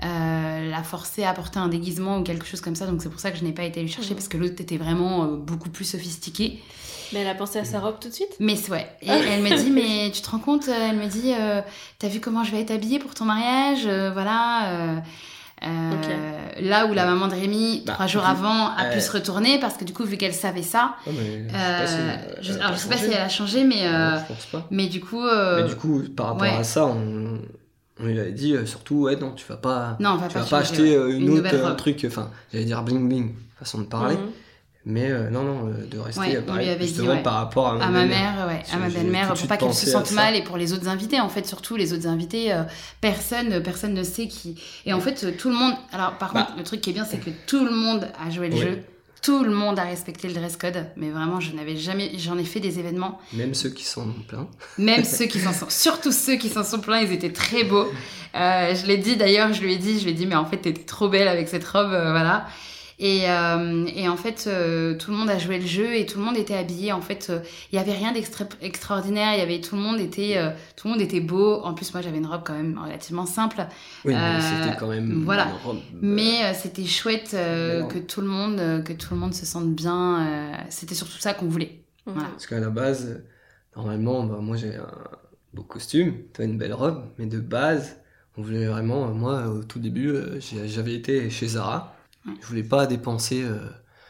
[SPEAKER 2] euh, la forcer à porter un déguisement ou quelque chose comme ça, donc c'est pour ça que je n'ai pas été lui chercher, mmh. parce que l'autre était vraiment euh, beaucoup plus sophistiquée.
[SPEAKER 1] Mais elle a pensé à sa robe tout de suite ?
[SPEAKER 2] Mais ouais. Et elle me dit, mais tu te rends compte, elle me dit, euh, t'as vu comment je vais être habillée pour ton mariage ? euh, Voilà... Euh, Euh, okay. Là où la maman de Rémi, bah, trois jours avant, a euh... pu se retourner, parce que du coup, vu qu'elle savait ça,
[SPEAKER 3] oh, mais je
[SPEAKER 2] euh,
[SPEAKER 3] sais pas si
[SPEAKER 2] je, alors je sais pas si elle a changé, mais euh,
[SPEAKER 3] non, je pense pas.
[SPEAKER 2] Mais du coup, euh...
[SPEAKER 3] mais du coup, par rapport ouais. à ça, on, on lui avait dit euh, surtout, ouais, non, tu vas pas,
[SPEAKER 2] non, va
[SPEAKER 3] tu
[SPEAKER 2] pas,
[SPEAKER 3] vas pas acheter
[SPEAKER 2] ouais.
[SPEAKER 3] une, une autre un truc, enfin, j'allais dire bling bling, façon de parler. Mm-hmm. Mais euh, non, non, euh, de rester
[SPEAKER 2] ouais,
[SPEAKER 3] pareil,
[SPEAKER 2] on lui avait
[SPEAKER 3] justement
[SPEAKER 2] dit, ouais.
[SPEAKER 3] par rapport à ma,
[SPEAKER 2] à ma mère, ouais, à ma belle-mère, pour pas qu'elle se sente mal, et pour les autres invités, en fait, surtout les autres invités, euh, personne, personne ne sait qui. Et en fait, tout le monde. Alors, par bah. contre, le truc qui est bien, c'est que tout le monde a joué le oui. jeu, tout le monde a respecté le dress code, mais vraiment, je n'avais jamais. J'en ai fait des événements.
[SPEAKER 3] Même ceux qui s'en ont plein.
[SPEAKER 2] Même ceux qui s'en sont. Surtout ceux qui s'en sont pleins, ils étaient très beaux. Euh, je l'ai dit d'ailleurs, je lui ai dit, je lui ai dit, mais en fait, t'étais trop belle avec cette robe, euh, voilà. Et, euh, et en fait, euh, tout le monde a joué le jeu, et tout le monde était habillé. En fait, il euh, y avait rien d'extraordinaire. Il y avait tout le monde était, euh, tout le monde était beau. En plus, moi, j'avais une robe quand même relativement simple.
[SPEAKER 3] Oui, mais euh, c'était quand même
[SPEAKER 2] voilà.
[SPEAKER 3] une robe.
[SPEAKER 2] Mais euh, c'était chouette euh, que tout le monde, euh, que tout le monde se sente bien. Euh, c'était surtout ça qu'on voulait.
[SPEAKER 3] Mmh.
[SPEAKER 2] Voilà.
[SPEAKER 3] Parce qu'à la base, normalement, bah, moi, j'ai un beau costume, toi une belle robe, mais de base, on voulait vraiment. Moi, au tout début, euh, j'avais été chez Zara. Je voulais pas dépenser euh,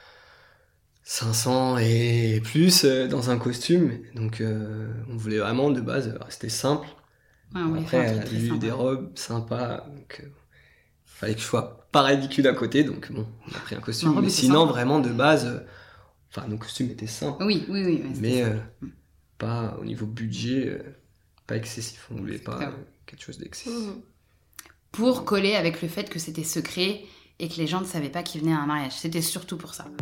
[SPEAKER 3] cinq cents et plus euh, dans un costume, donc euh, on voulait vraiment de base rester simple.
[SPEAKER 2] Ouais,
[SPEAKER 3] après, elle a eu des robes sympas, donc il euh, fallait que je sois pas ridicule à côté, donc bon, on a pris un costume. Mais sinon, sympa. Vraiment de base, enfin euh, nos costumes étaient simples.
[SPEAKER 2] Oui, oui, oui. Ouais,
[SPEAKER 3] mais euh, pas au niveau budget, euh, pas excessif. On voulait pas euh, quelque chose d'excessif. Mmh.
[SPEAKER 2] Pour coller avec le fait que c'était secret et que les gens ne savaient pas qu'ils venaient à un mariage. C'était surtout pour ça.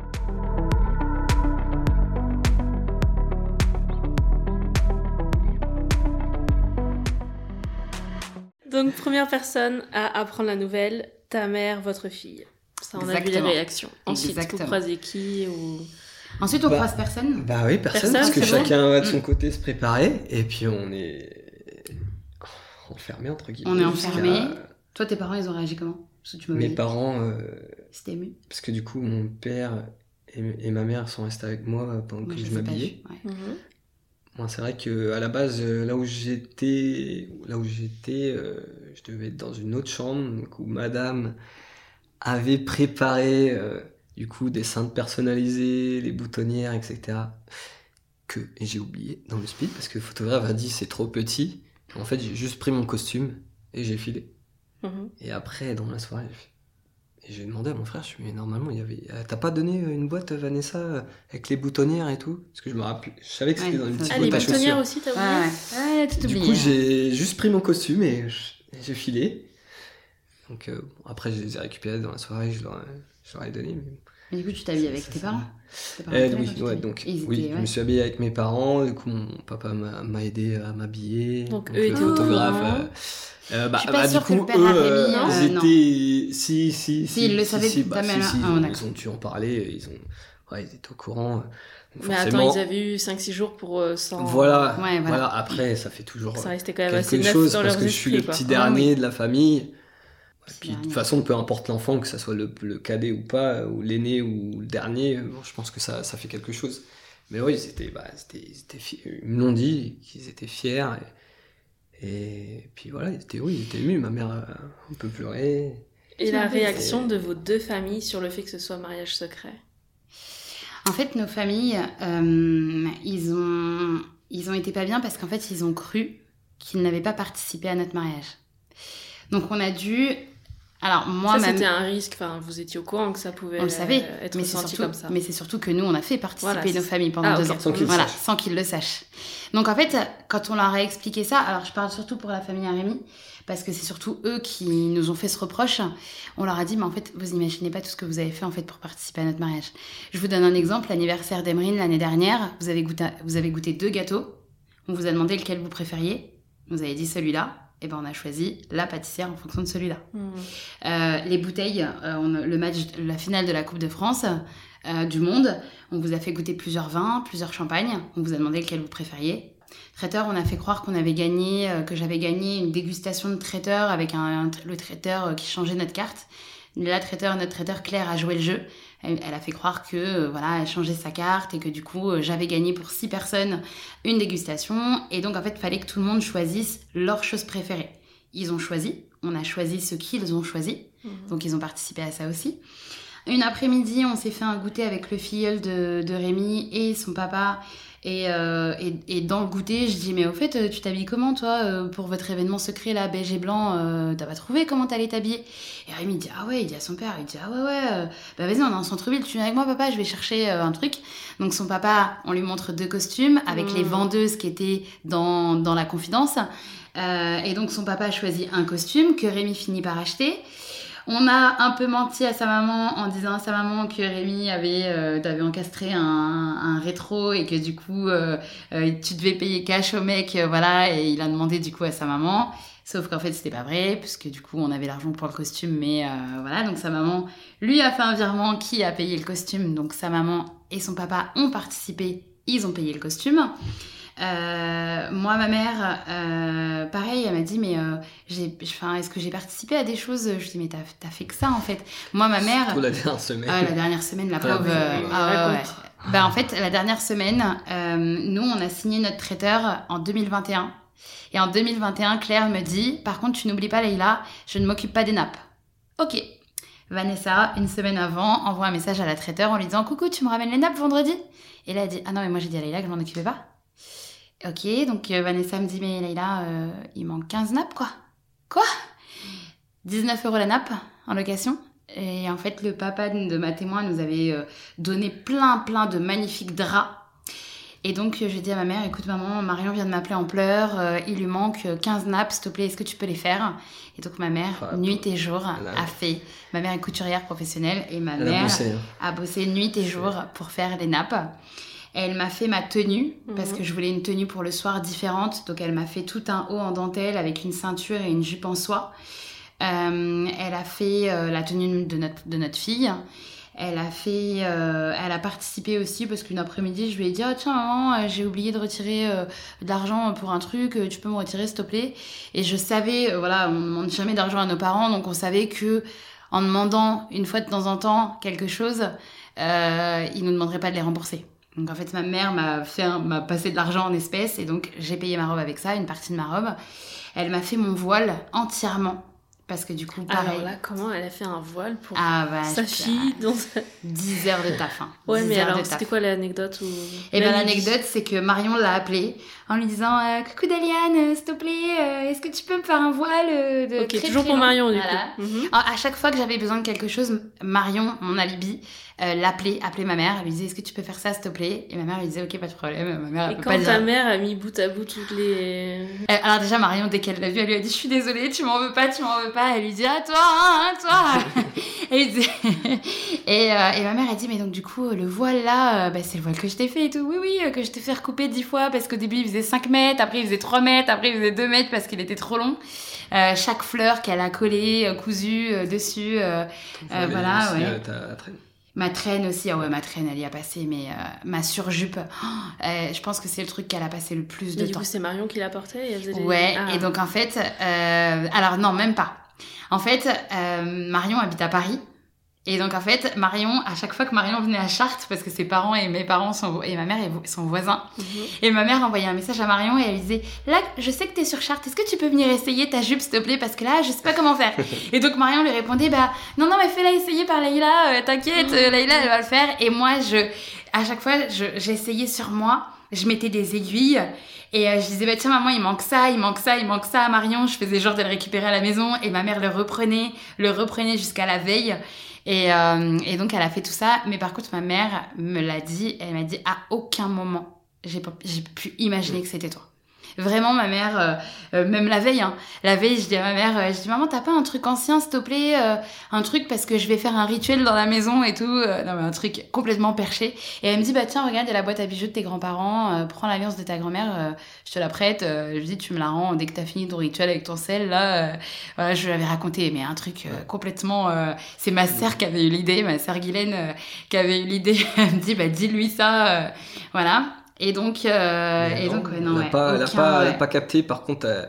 [SPEAKER 1] Donc, première personne à apprendre la nouvelle, ta mère, votre fille. Ça, on Exactement. A vu les réactions. Ensuite, Exactement. Vous croisez qui ou...
[SPEAKER 2] Ensuite, on
[SPEAKER 3] bah,
[SPEAKER 2] croise personne.
[SPEAKER 3] Bah oui, personne, personne parce que chacun bon va de son côté se préparer, et puis on est enfermé, entre guillemets.
[SPEAKER 2] On est enfermé. Toi, tes parents, ils ont réagi comment ? Tu
[SPEAKER 3] Mes parents, euh,
[SPEAKER 2] c'était ému.
[SPEAKER 3] Parce que du coup, mon père et, et ma mère sont restés avec moi pendant moi, que je, je m'habillais. Ouais. Mm-hmm. Moi, c'est vrai que à la base, là où j'étais, là où j'étais, euh, je devais être dans une autre chambre, donc, où Madame avait préparé euh, du coup des cintres personnalisés, les boutonnières, et cetera. Que et j'ai oublié dans le speed parce que le photographe a dit c'est trop petit. En fait, j'ai juste pris mon costume Et j'ai filé.
[SPEAKER 1] Mmh.
[SPEAKER 3] Et après, dans la soirée, et j'ai demandé à mon frère, je lui ai dit, mais normalement, il y avait... t'as pas donné une boîte, Vanessa, avec les boutonnières et tout? Parce que je me rappelais, je savais que c'était
[SPEAKER 2] Ouais,
[SPEAKER 3] dans une petite
[SPEAKER 1] Ah,
[SPEAKER 3] boîte
[SPEAKER 1] les
[SPEAKER 3] à
[SPEAKER 1] boutonnières
[SPEAKER 3] chaussures.
[SPEAKER 1] aussi, t'as oublié?
[SPEAKER 2] Ouais, ouais, tout
[SPEAKER 3] Du
[SPEAKER 2] oublié.
[SPEAKER 3] coup, j'ai juste pris mon costume et j'ai filé. Donc, euh, bon, après, je les ai récupérés dans la soirée, je leur, je leur ai donné. Mais...
[SPEAKER 2] Mais du coup, tu t'habilles avec
[SPEAKER 3] ça,
[SPEAKER 2] tes
[SPEAKER 3] ça,
[SPEAKER 2] parents,
[SPEAKER 3] ça...
[SPEAKER 2] tes parents
[SPEAKER 3] Euh,
[SPEAKER 2] étaient là
[SPEAKER 3] oui,
[SPEAKER 2] quand tu
[SPEAKER 3] ouais,
[SPEAKER 2] t'es-
[SPEAKER 3] donc,
[SPEAKER 2] Ils
[SPEAKER 3] oui,
[SPEAKER 2] étaient,
[SPEAKER 3] je
[SPEAKER 2] ouais.
[SPEAKER 3] me suis habillé avec mes parents. Du coup, mon papa m'a, m'a aidé à m'habiller.
[SPEAKER 1] Donc, eux
[SPEAKER 3] le
[SPEAKER 1] étaient au
[SPEAKER 3] photographe.
[SPEAKER 1] courant.
[SPEAKER 3] Euh, euh, bah,
[SPEAKER 2] Je suis pas
[SPEAKER 3] bah,
[SPEAKER 2] sûre
[SPEAKER 3] du coup,
[SPEAKER 2] que le père
[SPEAKER 3] eux,
[SPEAKER 2] à Rémi,
[SPEAKER 3] euh,
[SPEAKER 2] euh,
[SPEAKER 3] ils
[SPEAKER 2] non.
[SPEAKER 3] étaient. Si, si,
[SPEAKER 2] Si, ils le savaient
[SPEAKER 3] si,
[SPEAKER 2] que
[SPEAKER 3] bah,
[SPEAKER 2] ta
[SPEAKER 3] si,
[SPEAKER 2] mère-
[SPEAKER 3] si,
[SPEAKER 2] ah,
[SPEAKER 3] ils, ont,
[SPEAKER 2] d'accord.
[SPEAKER 3] ils ont dû en parler. Ils ont. Ouais, ils étaient au courant. Donc,
[SPEAKER 1] Mais
[SPEAKER 3] forcément,
[SPEAKER 1] attends, ils avaient eu cinq six jours pour euh, s'en...
[SPEAKER 3] Voilà,
[SPEAKER 2] Ouais, voilà.
[SPEAKER 3] voilà. Après, ça fait toujours
[SPEAKER 1] Ça
[SPEAKER 3] euh,
[SPEAKER 1] restait quand même
[SPEAKER 3] quelque
[SPEAKER 1] assez neuf
[SPEAKER 3] chose
[SPEAKER 1] dans
[SPEAKER 3] parce
[SPEAKER 1] leurs
[SPEAKER 3] que je suis le
[SPEAKER 1] esprits, quoi.
[SPEAKER 3] petit
[SPEAKER 2] Ah,
[SPEAKER 3] dernier
[SPEAKER 2] oui.
[SPEAKER 3] de la famille. Et
[SPEAKER 2] Petit
[SPEAKER 3] puis de
[SPEAKER 2] dernier.
[SPEAKER 3] toute façon, peu importe l'enfant, que ça soit le, le cadet ou pas, ou l'aîné ou le dernier, bon, je pense que ça, ça fait quelque chose. Mais oui, ils étaient, bah, ils étaient, ils étaient fiers. Ils me l'ont dit, qu'ils étaient fiers. Et, et puis voilà, ils étaient, oui, ils étaient émus. Ma mère a un peu pleuré.
[SPEAKER 1] Et la
[SPEAKER 2] C'est-
[SPEAKER 1] réaction de vos deux familles sur le fait que ce soit mariage secret?
[SPEAKER 2] En fait, nos familles, euh, ils ont, ils ont été pas bien parce qu'en fait, ils ont cru qu'ils n'avaient pas participé à notre mariage. Donc, on a dû... Alors, moi,
[SPEAKER 1] Ça,
[SPEAKER 2] ma-
[SPEAKER 1] c'était un risque, enfin, vous étiez au courant que ça pouvait
[SPEAKER 2] on le savait,
[SPEAKER 1] euh, être
[SPEAKER 2] mais c'est,
[SPEAKER 1] ressenti
[SPEAKER 2] surtout,
[SPEAKER 1] comme ça.
[SPEAKER 2] mais c'est surtout que nous, on a fait participer
[SPEAKER 1] Voilà,
[SPEAKER 2] nos
[SPEAKER 1] c'est-
[SPEAKER 2] familles pendant
[SPEAKER 1] Ah,
[SPEAKER 2] deux
[SPEAKER 1] ok.
[SPEAKER 2] ans.
[SPEAKER 3] Sans qu'ils le
[SPEAKER 2] Voilà,
[SPEAKER 3] sachent.
[SPEAKER 2] sans qu'ils le sachent. Donc, en fait, quand on leur a expliqué ça, alors je parle surtout pour la famille à Rémi, parce que c'est surtout eux qui nous ont fait ce reproche. On leur a dit, mais en fait, vous imaginez pas tout ce que vous avez fait en fait pour participer à notre mariage. Je vous donne un exemple. L'anniversaire d'Emerine l'année dernière, vous avez goûté, vous avez goûté deux gâteaux. On vous a demandé lequel vous préfériez. Vous avez dit celui-là. Et ben on a choisi la pâtissière en fonction de celui-là.
[SPEAKER 1] Mmh.
[SPEAKER 2] Euh, les bouteilles, euh, on, le match, la finale de la Coupe de France, euh, du monde, on vous a fait goûter plusieurs vins, plusieurs champagnes. On vous a demandé lequel vous préfériez. Traiteur, on a fait croire qu'on avait gagné, euh, que j'avais gagné une dégustation de traiteur avec un, un- le traiteur euh, qui changeait notre carte. La traiteur, notre traiteur Claire a joué le jeu. Elle, elle a fait croire que euh, voilà, elle changeait sa carte et que du coup euh, j'avais gagné pour six personnes une dégustation. Et donc en fait, il fallait que tout le monde choisisse leur chose préférée. Ils ont choisi, on a choisi ce qu'ils ont choisi.
[SPEAKER 1] Mmh.
[SPEAKER 2] Donc ils ont participé à ça aussi. Une après-midi, on s'est fait un goûter avec le filleul de, de Rémi et son papa. Et, euh, et, et dans le goûter, je dis, mais au fait, tu t'habilles comment, toi, euh, pour votre événement secret, là, beige et blanc, euh, t'as pas trouvé comment t'allais t'habiller? Et Rémi il dit, ah ouais, il dit à son père, il dit, ah ouais, ouais, euh, bah vas-y, on est en centre-ville, tu viens avec moi, papa, je vais chercher euh, un truc. Donc son papa, on lui montre deux costumes avec
[SPEAKER 1] Mmh.
[SPEAKER 2] les vendeuses qui étaient dans, dans la confidence. Euh, et donc son papa a choisi un costume que Rémi finit par acheter. On a un peu menti à sa maman en disant à sa maman que Rémi avait, euh, avait encastré un, un rétro et que du coup euh, euh, tu devais payer cash au mec, euh, voilà, et il a demandé du coup à sa maman. Sauf qu'en fait c'était pas vrai puisque du coup on avait l'argent pour le costume, mais euh, voilà, donc sa maman lui a fait un virement qui a payé le costume, donc sa maman et son papa ont participé, ils ont payé le costume. Euh, moi, ma mère, euh, pareil, elle m'a dit, mais euh, j'ai, enfin, est-ce que j'ai participé à des choses? Je dis, mais t'as, t'as fait que ça, en fait. Moi, ma mère...
[SPEAKER 3] Surtout la dernière semaine.
[SPEAKER 2] Ah, la dernière semaine, la pauvre...
[SPEAKER 1] oui,
[SPEAKER 2] euh,
[SPEAKER 1] oui,
[SPEAKER 2] ah, ouais,
[SPEAKER 1] raconte.
[SPEAKER 2] ouais. Bah, en fait, la dernière semaine, euh, nous, on a signé notre traiteur en deux mille vingt et un. Et en deux mille vingt et un, Claire me dit, par contre, tu n'oublies pas, Leïla, je ne m'occupe pas des nappes. Ok. Vanessa, une semaine avant, envoie un message à la traiteur en lui disant, coucou, tu me ramènes les nappes vendredi? Et là, elle dit, ah non, mais moi, j'ai dit à Leïla que je m'en occupais pas. Ok, donc euh, Vanessa me dit, mais Leïla, euh, il manque quinze nappes, quoi. Quoi? dix-neuf euros la nappe en location. Et en fait, le papa de ma témoin nous avait euh, donné plein, plein de magnifiques draps. Et donc, euh, j'ai dit à ma mère, écoute maman, Marion vient de m'appeler en pleurs, euh, il lui manque quinze nappes, s'il te plaît, est-ce que tu peux les faire? Et donc, ma mère,
[SPEAKER 3] Ah,
[SPEAKER 2] nuit et jour,
[SPEAKER 3] elle a-
[SPEAKER 2] a fait. Ma mère est couturière professionnelle et ma
[SPEAKER 3] Elle a
[SPEAKER 2] mère
[SPEAKER 3] bossé, hein.
[SPEAKER 2] a bossé nuit et jour pour faire les nappes. Elle m'a fait ma tenue, parce
[SPEAKER 1] Mhm.
[SPEAKER 2] que je voulais une tenue pour le soir différente. Donc, elle m'a fait tout un haut en dentelle avec une ceinture et une jupe en soie. Euh, elle a fait euh, la tenue de notre, de notre fille. Elle a fait, euh, elle a participé aussi parce qu'une après-midi, je lui ai dit, oh, tiens maman, euh, j'ai oublié de retirer euh, de l'argent pour un truc, euh, tu peux me retirer s'il te plaît? Et je savais, euh, voilà, on ne demande jamais d'argent à nos parents, donc on savait que en demandant une fois de temps en temps quelque chose, euh, ils nous demanderaient pas de les rembourser. Donc en fait, ma mère m'a fait, un- m'a passé de l'argent en espèces et donc j'ai payé ma robe avec ça, une partie de ma robe. Elle m'a fait mon voile entièrement Parce que du coup, pareil.
[SPEAKER 1] Alors là, comment elle a fait un voile pour
[SPEAKER 2] ah, bah,
[SPEAKER 1] sa fille dans sa...
[SPEAKER 2] dix heures de taf. Hein.
[SPEAKER 1] Ouais, mais alors, c'était quoi l'anecdote ou...
[SPEAKER 2] Eh bien, l'anecdote, c'est que Marion l'a appelée en lui disant euh, « Coucou Daliane, s'il te plaît, euh, est-ce que tu peux me faire un voile euh, de
[SPEAKER 1] Ok,
[SPEAKER 2] très,
[SPEAKER 1] toujours
[SPEAKER 2] très
[SPEAKER 1] pour
[SPEAKER 2] long.
[SPEAKER 1] Marion, du
[SPEAKER 2] voilà.
[SPEAKER 1] coup. Mm-hmm.
[SPEAKER 2] Alors, à chaque fois que j'avais besoin de quelque chose, Marion, mon alibi, euh, l'appelait, appelait ma mère. Elle lui disait « Est-ce que tu peux faire ça, s'il te plaît ?» Et ma mère lui disait « Ok, pas de problème. » Ma mère, elle
[SPEAKER 1] Et
[SPEAKER 2] peut
[SPEAKER 1] quand
[SPEAKER 2] pas
[SPEAKER 1] ta
[SPEAKER 2] dire...
[SPEAKER 1] mère a mis bout à bout toutes les...
[SPEAKER 2] Euh, alors déjà, Marion, dès qu'elle l'a vu, elle lui a dit « Je suis désolée, tu m'en veux pas, tu m'en veux pas. » Elle lui dit « Ah, toi, hein, toi !» et, il dit... et, euh, et ma mère, elle dit « Mais donc, du coup, le voile là, euh, bah, c'est le voile que je t'ai fait et tout. » Oui, oui, euh, que je t'ai fait recouper dix fois parce qu'au début, il faisait cinq mètres, après, il faisait trois mètres, après, il faisait deux mètres parce qu'il était trop long. Euh, chaque fleur qu'elle a collée, euh, cousue euh, dessus, euh, euh, voilà,
[SPEAKER 3] aussi,
[SPEAKER 2] ouais.
[SPEAKER 3] Euh, ta traîne.
[SPEAKER 2] Ma traîne aussi, ah ouais, ma traîne, elle y a passé, mais euh, ma surjupe, oh, euh, je pense que c'est le truc qu'elle a passé le plus de
[SPEAKER 1] et du
[SPEAKER 2] temps.
[SPEAKER 1] coup, c'est Marion qui la portait et elle faisait des...
[SPEAKER 2] Ouais,
[SPEAKER 1] ah.
[SPEAKER 2] et donc en fait, euh, alors non, même pas. En fait, euh, Marion habite à Paris. Et donc en fait, Marion, à chaque fois que Marion venait à Chartres, parce que ses parents et mes parents sont, et ma mère sont voisins, mm-hmm. et ma mère envoyait un message à Marion et elle lui disait « Là, je sais que t'es sur Chartres, est-ce que tu peux venir essayer ta jupe, s'il te plaît, parce que là, je sais pas comment faire. » Et donc Marion lui répondait « Bah non, non, mais fais-la essayer par Leïla, euh, t'inquiète, euh, Leïla, elle va le faire. » Et moi, je, à chaque fois, je, j'essayais sur moi, je mettais des aiguilles. Et euh, je disais, bah tiens maman, il manque ça, il manque ça, il manque ça à Marion. Je faisais genre de le récupérer à la maison et ma mère le reprenait, le reprenait jusqu'à la veille. Et, euh, et donc elle a fait tout ça. Mais par contre, ma mère me l'a dit, elle m'a dit, à aucun moment, j'ai, j'ai pu imaginer que c'était toi. Vraiment, ma mère, euh, euh, même la veille, hein, la veille, je dis à ma mère, euh, je dis, maman, t'as pas un truc ancien, s'il te plaît, euh, un truc parce que je vais faire un rituel dans la maison et tout, euh, non mais un truc complètement perché. Et elle me dit, bah tiens, regarde, il y a la boîte à bijoux de tes grands-parents, euh, prends l'alliance de ta grand-mère, euh, je te la prête, euh, je dis, tu me la rends dès que t'as fini ton rituel avec ton sel, là, euh, voilà, je l'avais raconté, mais un truc euh, complètement, euh, c'est ma sœur qui avait eu l'idée, ma sœur Guylaine euh, qui avait eu l'idée, elle me dit, bah dis-lui ça, euh, voilà. Et donc, euh, et
[SPEAKER 3] non,
[SPEAKER 2] donc ouais, non,
[SPEAKER 3] elle n'a
[SPEAKER 2] ouais,
[SPEAKER 3] pas,
[SPEAKER 2] aucun,
[SPEAKER 3] elle a pas,
[SPEAKER 2] ouais.
[SPEAKER 3] elle a pas capté. Par contre, euh,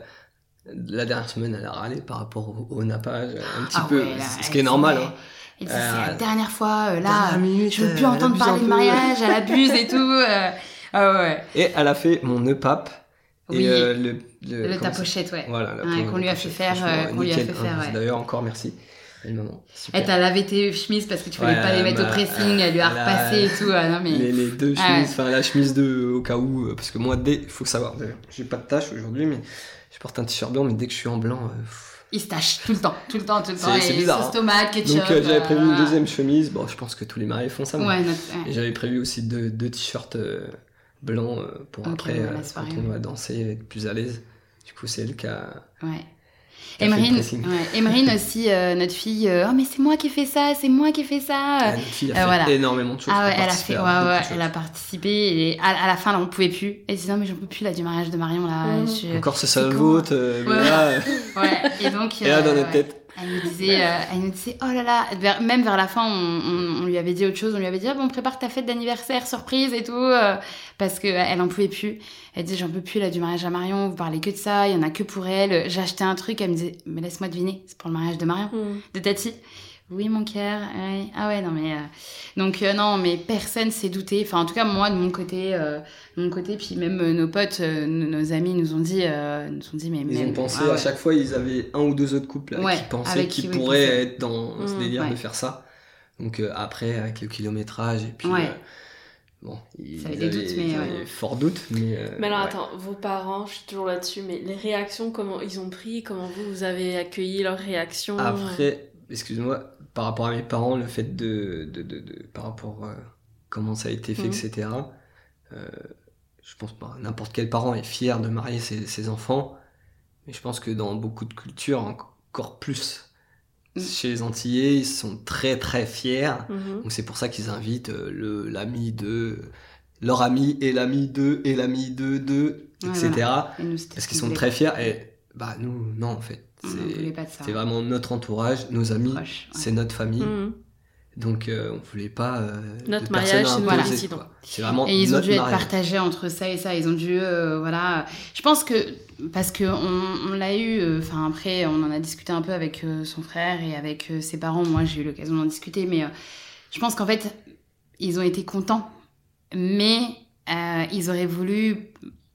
[SPEAKER 3] la dernière semaine, elle a râlé par rapport au, au nappage, un petit
[SPEAKER 2] ah
[SPEAKER 3] peu,
[SPEAKER 2] ouais, là,
[SPEAKER 3] ce qui est normal.
[SPEAKER 2] Ouais.
[SPEAKER 3] Hein.
[SPEAKER 2] Elle dit,
[SPEAKER 3] Euh,
[SPEAKER 2] c'est la dernière fois, euh, là,
[SPEAKER 3] minute,
[SPEAKER 2] je veux plus entendre parler de mariage, elle abuse et tout. Euh... Ah ouais.
[SPEAKER 3] Et elle a fait mon nœud pape.
[SPEAKER 2] Oui.
[SPEAKER 3] Et euh, le, le,
[SPEAKER 2] le ta pochette, ouais.
[SPEAKER 3] Voilà, la
[SPEAKER 2] ouais, qu'on lui a fait faire, euh, qu'on lui a fait faire, ouais.
[SPEAKER 3] D'ailleurs, encore merci. Elle, maman, super.
[SPEAKER 2] Elle t'a lavé tes chemises parce que tu voulais
[SPEAKER 3] ouais,
[SPEAKER 2] pas les mettre
[SPEAKER 3] bah,
[SPEAKER 2] au pressing, elle lui a repassé et tout. Ah, non, mais...
[SPEAKER 3] les, les deux chemises, enfin ah ouais. La chemise de au cas où, parce que moi, dès, il faut savoir, j'ai pas de tache aujourd'hui, mais je porte un t-shirt blanc, mais dès que je suis en blanc. Euh,
[SPEAKER 2] il se tâche tout le temps, tout le temps, tout le temps.
[SPEAKER 3] C'est, c'est bizarre.
[SPEAKER 2] Sauce tomate, ketchup.
[SPEAKER 3] Donc euh, j'avais prévu
[SPEAKER 2] euh,
[SPEAKER 3] une deuxième chemise. Bon, je pense que tous les mariés font ça.
[SPEAKER 2] Ouais, notre, ouais.
[SPEAKER 3] Et j'avais prévu aussi deux, deux t-shirts euh, blancs euh, pour okay, après, euh, quand on va danser, être plus à l'aise. Du coup, c'est elle qui a.
[SPEAKER 2] Ouais. Emerine, ouais. Emerine aussi, euh, notre fille, euh, oh mais c'est moi qui ai fait ça, c'est moi qui ai fait ça.
[SPEAKER 3] Ah, notre fille a fait
[SPEAKER 2] euh, voilà.
[SPEAKER 3] énormément de choses.
[SPEAKER 2] Ah ouais, elle a fait, ouais, ouais, elle a participé et à, à la fin, là, on pouvait plus. Elle disait non mais j'en peux plus là du mariage de Marion là.
[SPEAKER 3] Mmh.
[SPEAKER 2] Je...
[SPEAKER 3] Encore ce seul vote. Euh,
[SPEAKER 2] ouais,
[SPEAKER 3] là,
[SPEAKER 2] ouais. Et donc.
[SPEAKER 3] Et là dans
[SPEAKER 2] euh,
[SPEAKER 3] notre
[SPEAKER 2] ouais.
[SPEAKER 3] tête.
[SPEAKER 2] Elle nous disait, euh, elle nous disait, oh là là, vers, même vers la fin, on, on, on lui avait dit autre chose, on lui avait dit, ah, bon, prépare ta fête d'anniversaire, surprise et tout, euh, parce qu'elle en pouvait plus. Elle disait, j'en peux plus là du mariage à Marion, vous parlez que de ça, il y en a que pour elle. J'ai acheté un truc, elle me disait, mais laisse-moi deviner, c'est pour le mariage de Marion, mm. de Tati. Oui, mon cœur. Ouais. Ah ouais, non, mais... Euh... Donc, euh, non, mais personne s'est douté. Enfin, en tout cas, moi, de mon côté, euh, de mon côté, puis même euh, nos potes, euh, nos amis nous ont dit... Euh, nous ont dit mais,
[SPEAKER 3] ils
[SPEAKER 2] même...
[SPEAKER 3] ont pensé,
[SPEAKER 2] ah,
[SPEAKER 3] à
[SPEAKER 2] ouais.
[SPEAKER 3] chaque fois, ils avaient un ou deux autres couples là,
[SPEAKER 2] ouais,
[SPEAKER 3] qui pensaient qu'ils qui pourraient pensaient. être dans mmh, ce délire ouais. de faire ça. Donc, euh, après, avec le kilométrage, et puis...
[SPEAKER 2] Ouais.
[SPEAKER 3] Euh, bon, ils,
[SPEAKER 2] ça avait
[SPEAKER 3] ils
[SPEAKER 2] des
[SPEAKER 3] avaient,
[SPEAKER 2] doutes, mais...
[SPEAKER 3] Ils
[SPEAKER 2] ouais.
[SPEAKER 3] avaient fort doute, mais... Euh,
[SPEAKER 1] mais alors,
[SPEAKER 3] ouais.
[SPEAKER 1] attends, vos parents, je suis toujours là-dessus, mais les réactions, comment ils ont pris, comment vous, vous avez accueilli leurs réactions?
[SPEAKER 3] Après, excuse-moi... Par rapport à mes parents, le fait de, de, de, de par rapport à comment ça a été fait, mmh. et cetera. Euh, je pense que n'importe quel parent est fier de marier ses, ses enfants, mais je pense que dans beaucoup de cultures, encore plus mmh. chez les Antillais, ils sont très très fiers. Mmh. Donc c'est pour ça qu'ils invitent le, l'ami de, leur ami et l'ami de et l'ami de de, ouais, et cetera. Voilà. Et parce qu'ils sont très fiers. Et bah nous, non en fait. C'est, c'est vraiment notre entourage, nos amis, Proche, ouais. c'est notre famille. Mmh. Donc euh, on voulait pas euh,
[SPEAKER 1] notre mariage, c'est voilà.
[SPEAKER 3] C'est vraiment
[SPEAKER 2] et ils ont dû
[SPEAKER 3] mariage.
[SPEAKER 2] être partagés entre ça et ça. Ils ont dû euh, voilà. Je pense que parce que on, on l'a eu. Enfin euh, après, on en a discuté un peu avec euh, son frère et avec euh, ses parents. Moi, j'ai eu l'occasion d'en discuter, mais euh, je pense qu'en fait, ils ont été contents, mais euh, ils auraient voulu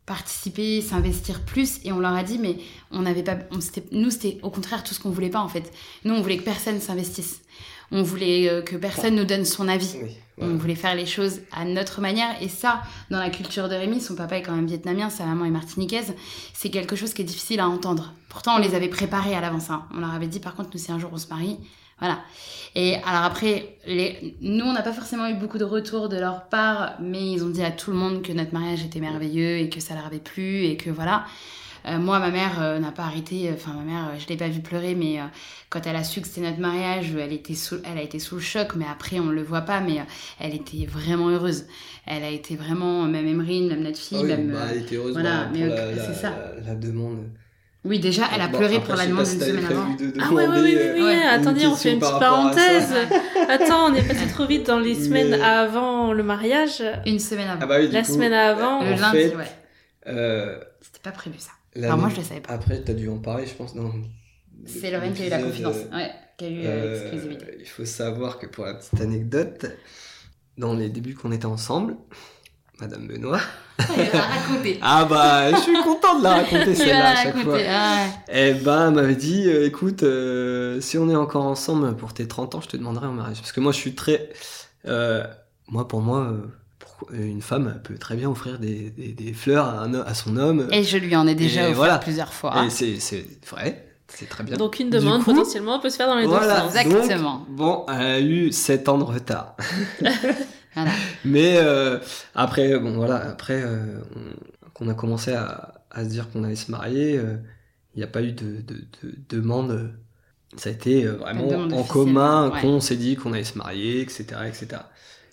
[SPEAKER 2] participer, s'investir plus, et on leur a dit mais on n'avait pas, on, c'était, nous c'était au contraire tout ce qu'on voulait pas en fait. Nous on voulait que personne s'investisse, on voulait euh, que personne nous donne son avis, oui, voilà. On voulait faire les choses à notre manière, et ça dans la culture de Rémi, son papa est quand même vietnamien, sa maman est martiniquaise, c'est quelque chose qui est difficile à entendre. Pourtant on les avait préparés à l'avance, hein. On leur avait dit par contre nous si un jour on se marie, voilà. Et alors après, les... nous on n'a pas forcément eu beaucoup de retours de leur part, mais ils ont dit à tout le monde que notre mariage était merveilleux et que ça leur avait plu et que voilà. Euh, moi, ma mère euh, n'a pas arrêté, enfin ma mère, euh, je l'ai pas vue pleurer, mais euh, quand elle a su que c'était notre mariage, elle était sous, elle a été sous le choc, mais après on le voit pas, mais euh, elle était vraiment heureuse. Elle a été vraiment, même Emerine, même notre fille,
[SPEAKER 3] ah oui,
[SPEAKER 2] même.
[SPEAKER 3] Bah, elle était heureuse,
[SPEAKER 2] voilà,
[SPEAKER 3] bah,
[SPEAKER 2] mais
[SPEAKER 3] pour
[SPEAKER 2] euh,
[SPEAKER 3] la,
[SPEAKER 2] c'est ça.
[SPEAKER 3] La, la demande.
[SPEAKER 2] Oui, déjà, elle a
[SPEAKER 3] bon,
[SPEAKER 2] pleuré
[SPEAKER 3] après,
[SPEAKER 2] pour la demande une semaine avant.
[SPEAKER 3] De, de
[SPEAKER 1] ah ouais, ouais, oui, oui, oui. Ouais. Attendez, on fait une petite parenthèse. Attends, on est passé trop vite dans les semaines mais... avant le mariage.
[SPEAKER 2] Une semaine avant.
[SPEAKER 3] Ah bah oui,
[SPEAKER 1] la
[SPEAKER 3] coup,
[SPEAKER 1] semaine avant.
[SPEAKER 2] Le lundi,
[SPEAKER 3] fait,
[SPEAKER 2] ouais.
[SPEAKER 3] Euh,
[SPEAKER 2] C'était pas prévu ça. Alors moi, je le savais pas.
[SPEAKER 3] Après, t'as dû en parler, je pense. Non.
[SPEAKER 2] C'est Lorraine qui a eu la confidence. Ouais, qui a eu euh, l'exclusivité.
[SPEAKER 3] Il faut savoir que pour la petite anecdote, dans les débuts qu'on était ensemble, Madame Benoît.
[SPEAKER 2] Elle l'a raconté.
[SPEAKER 3] Ah bah, je suis content de la raconter celle-là à chaque fois.
[SPEAKER 2] Ah
[SPEAKER 3] ouais. Et ben, elle m'avait dit, euh, écoute, euh, si on est encore ensemble pour tes trente ans, je te demanderai en mariage. Parce que moi, je suis très... Euh, moi, pour moi, euh, pour, une femme peut très bien offrir des, des, des fleurs à, un, à son homme.
[SPEAKER 2] Et je lui en ai déjà offert voilà. plusieurs fois.
[SPEAKER 3] Et c'est, c'est vrai, c'est très bien.
[SPEAKER 1] Donc une demande, coup, potentiellement, peut se faire dans les
[SPEAKER 3] voilà,
[SPEAKER 1] deux sens.
[SPEAKER 2] Exactement.
[SPEAKER 3] Donc, bon, elle a eu sept ans de retard.
[SPEAKER 2] Voilà.
[SPEAKER 3] Mais euh, après, bon voilà, après euh, on, qu'on a commencé à, à se dire qu'on allait se marier, il euh, n'y a pas eu de, de, de demande. Ça a été euh, vraiment en commun ouais. qu'on s'est dit qu'on allait se marier, et cetera, et cetera.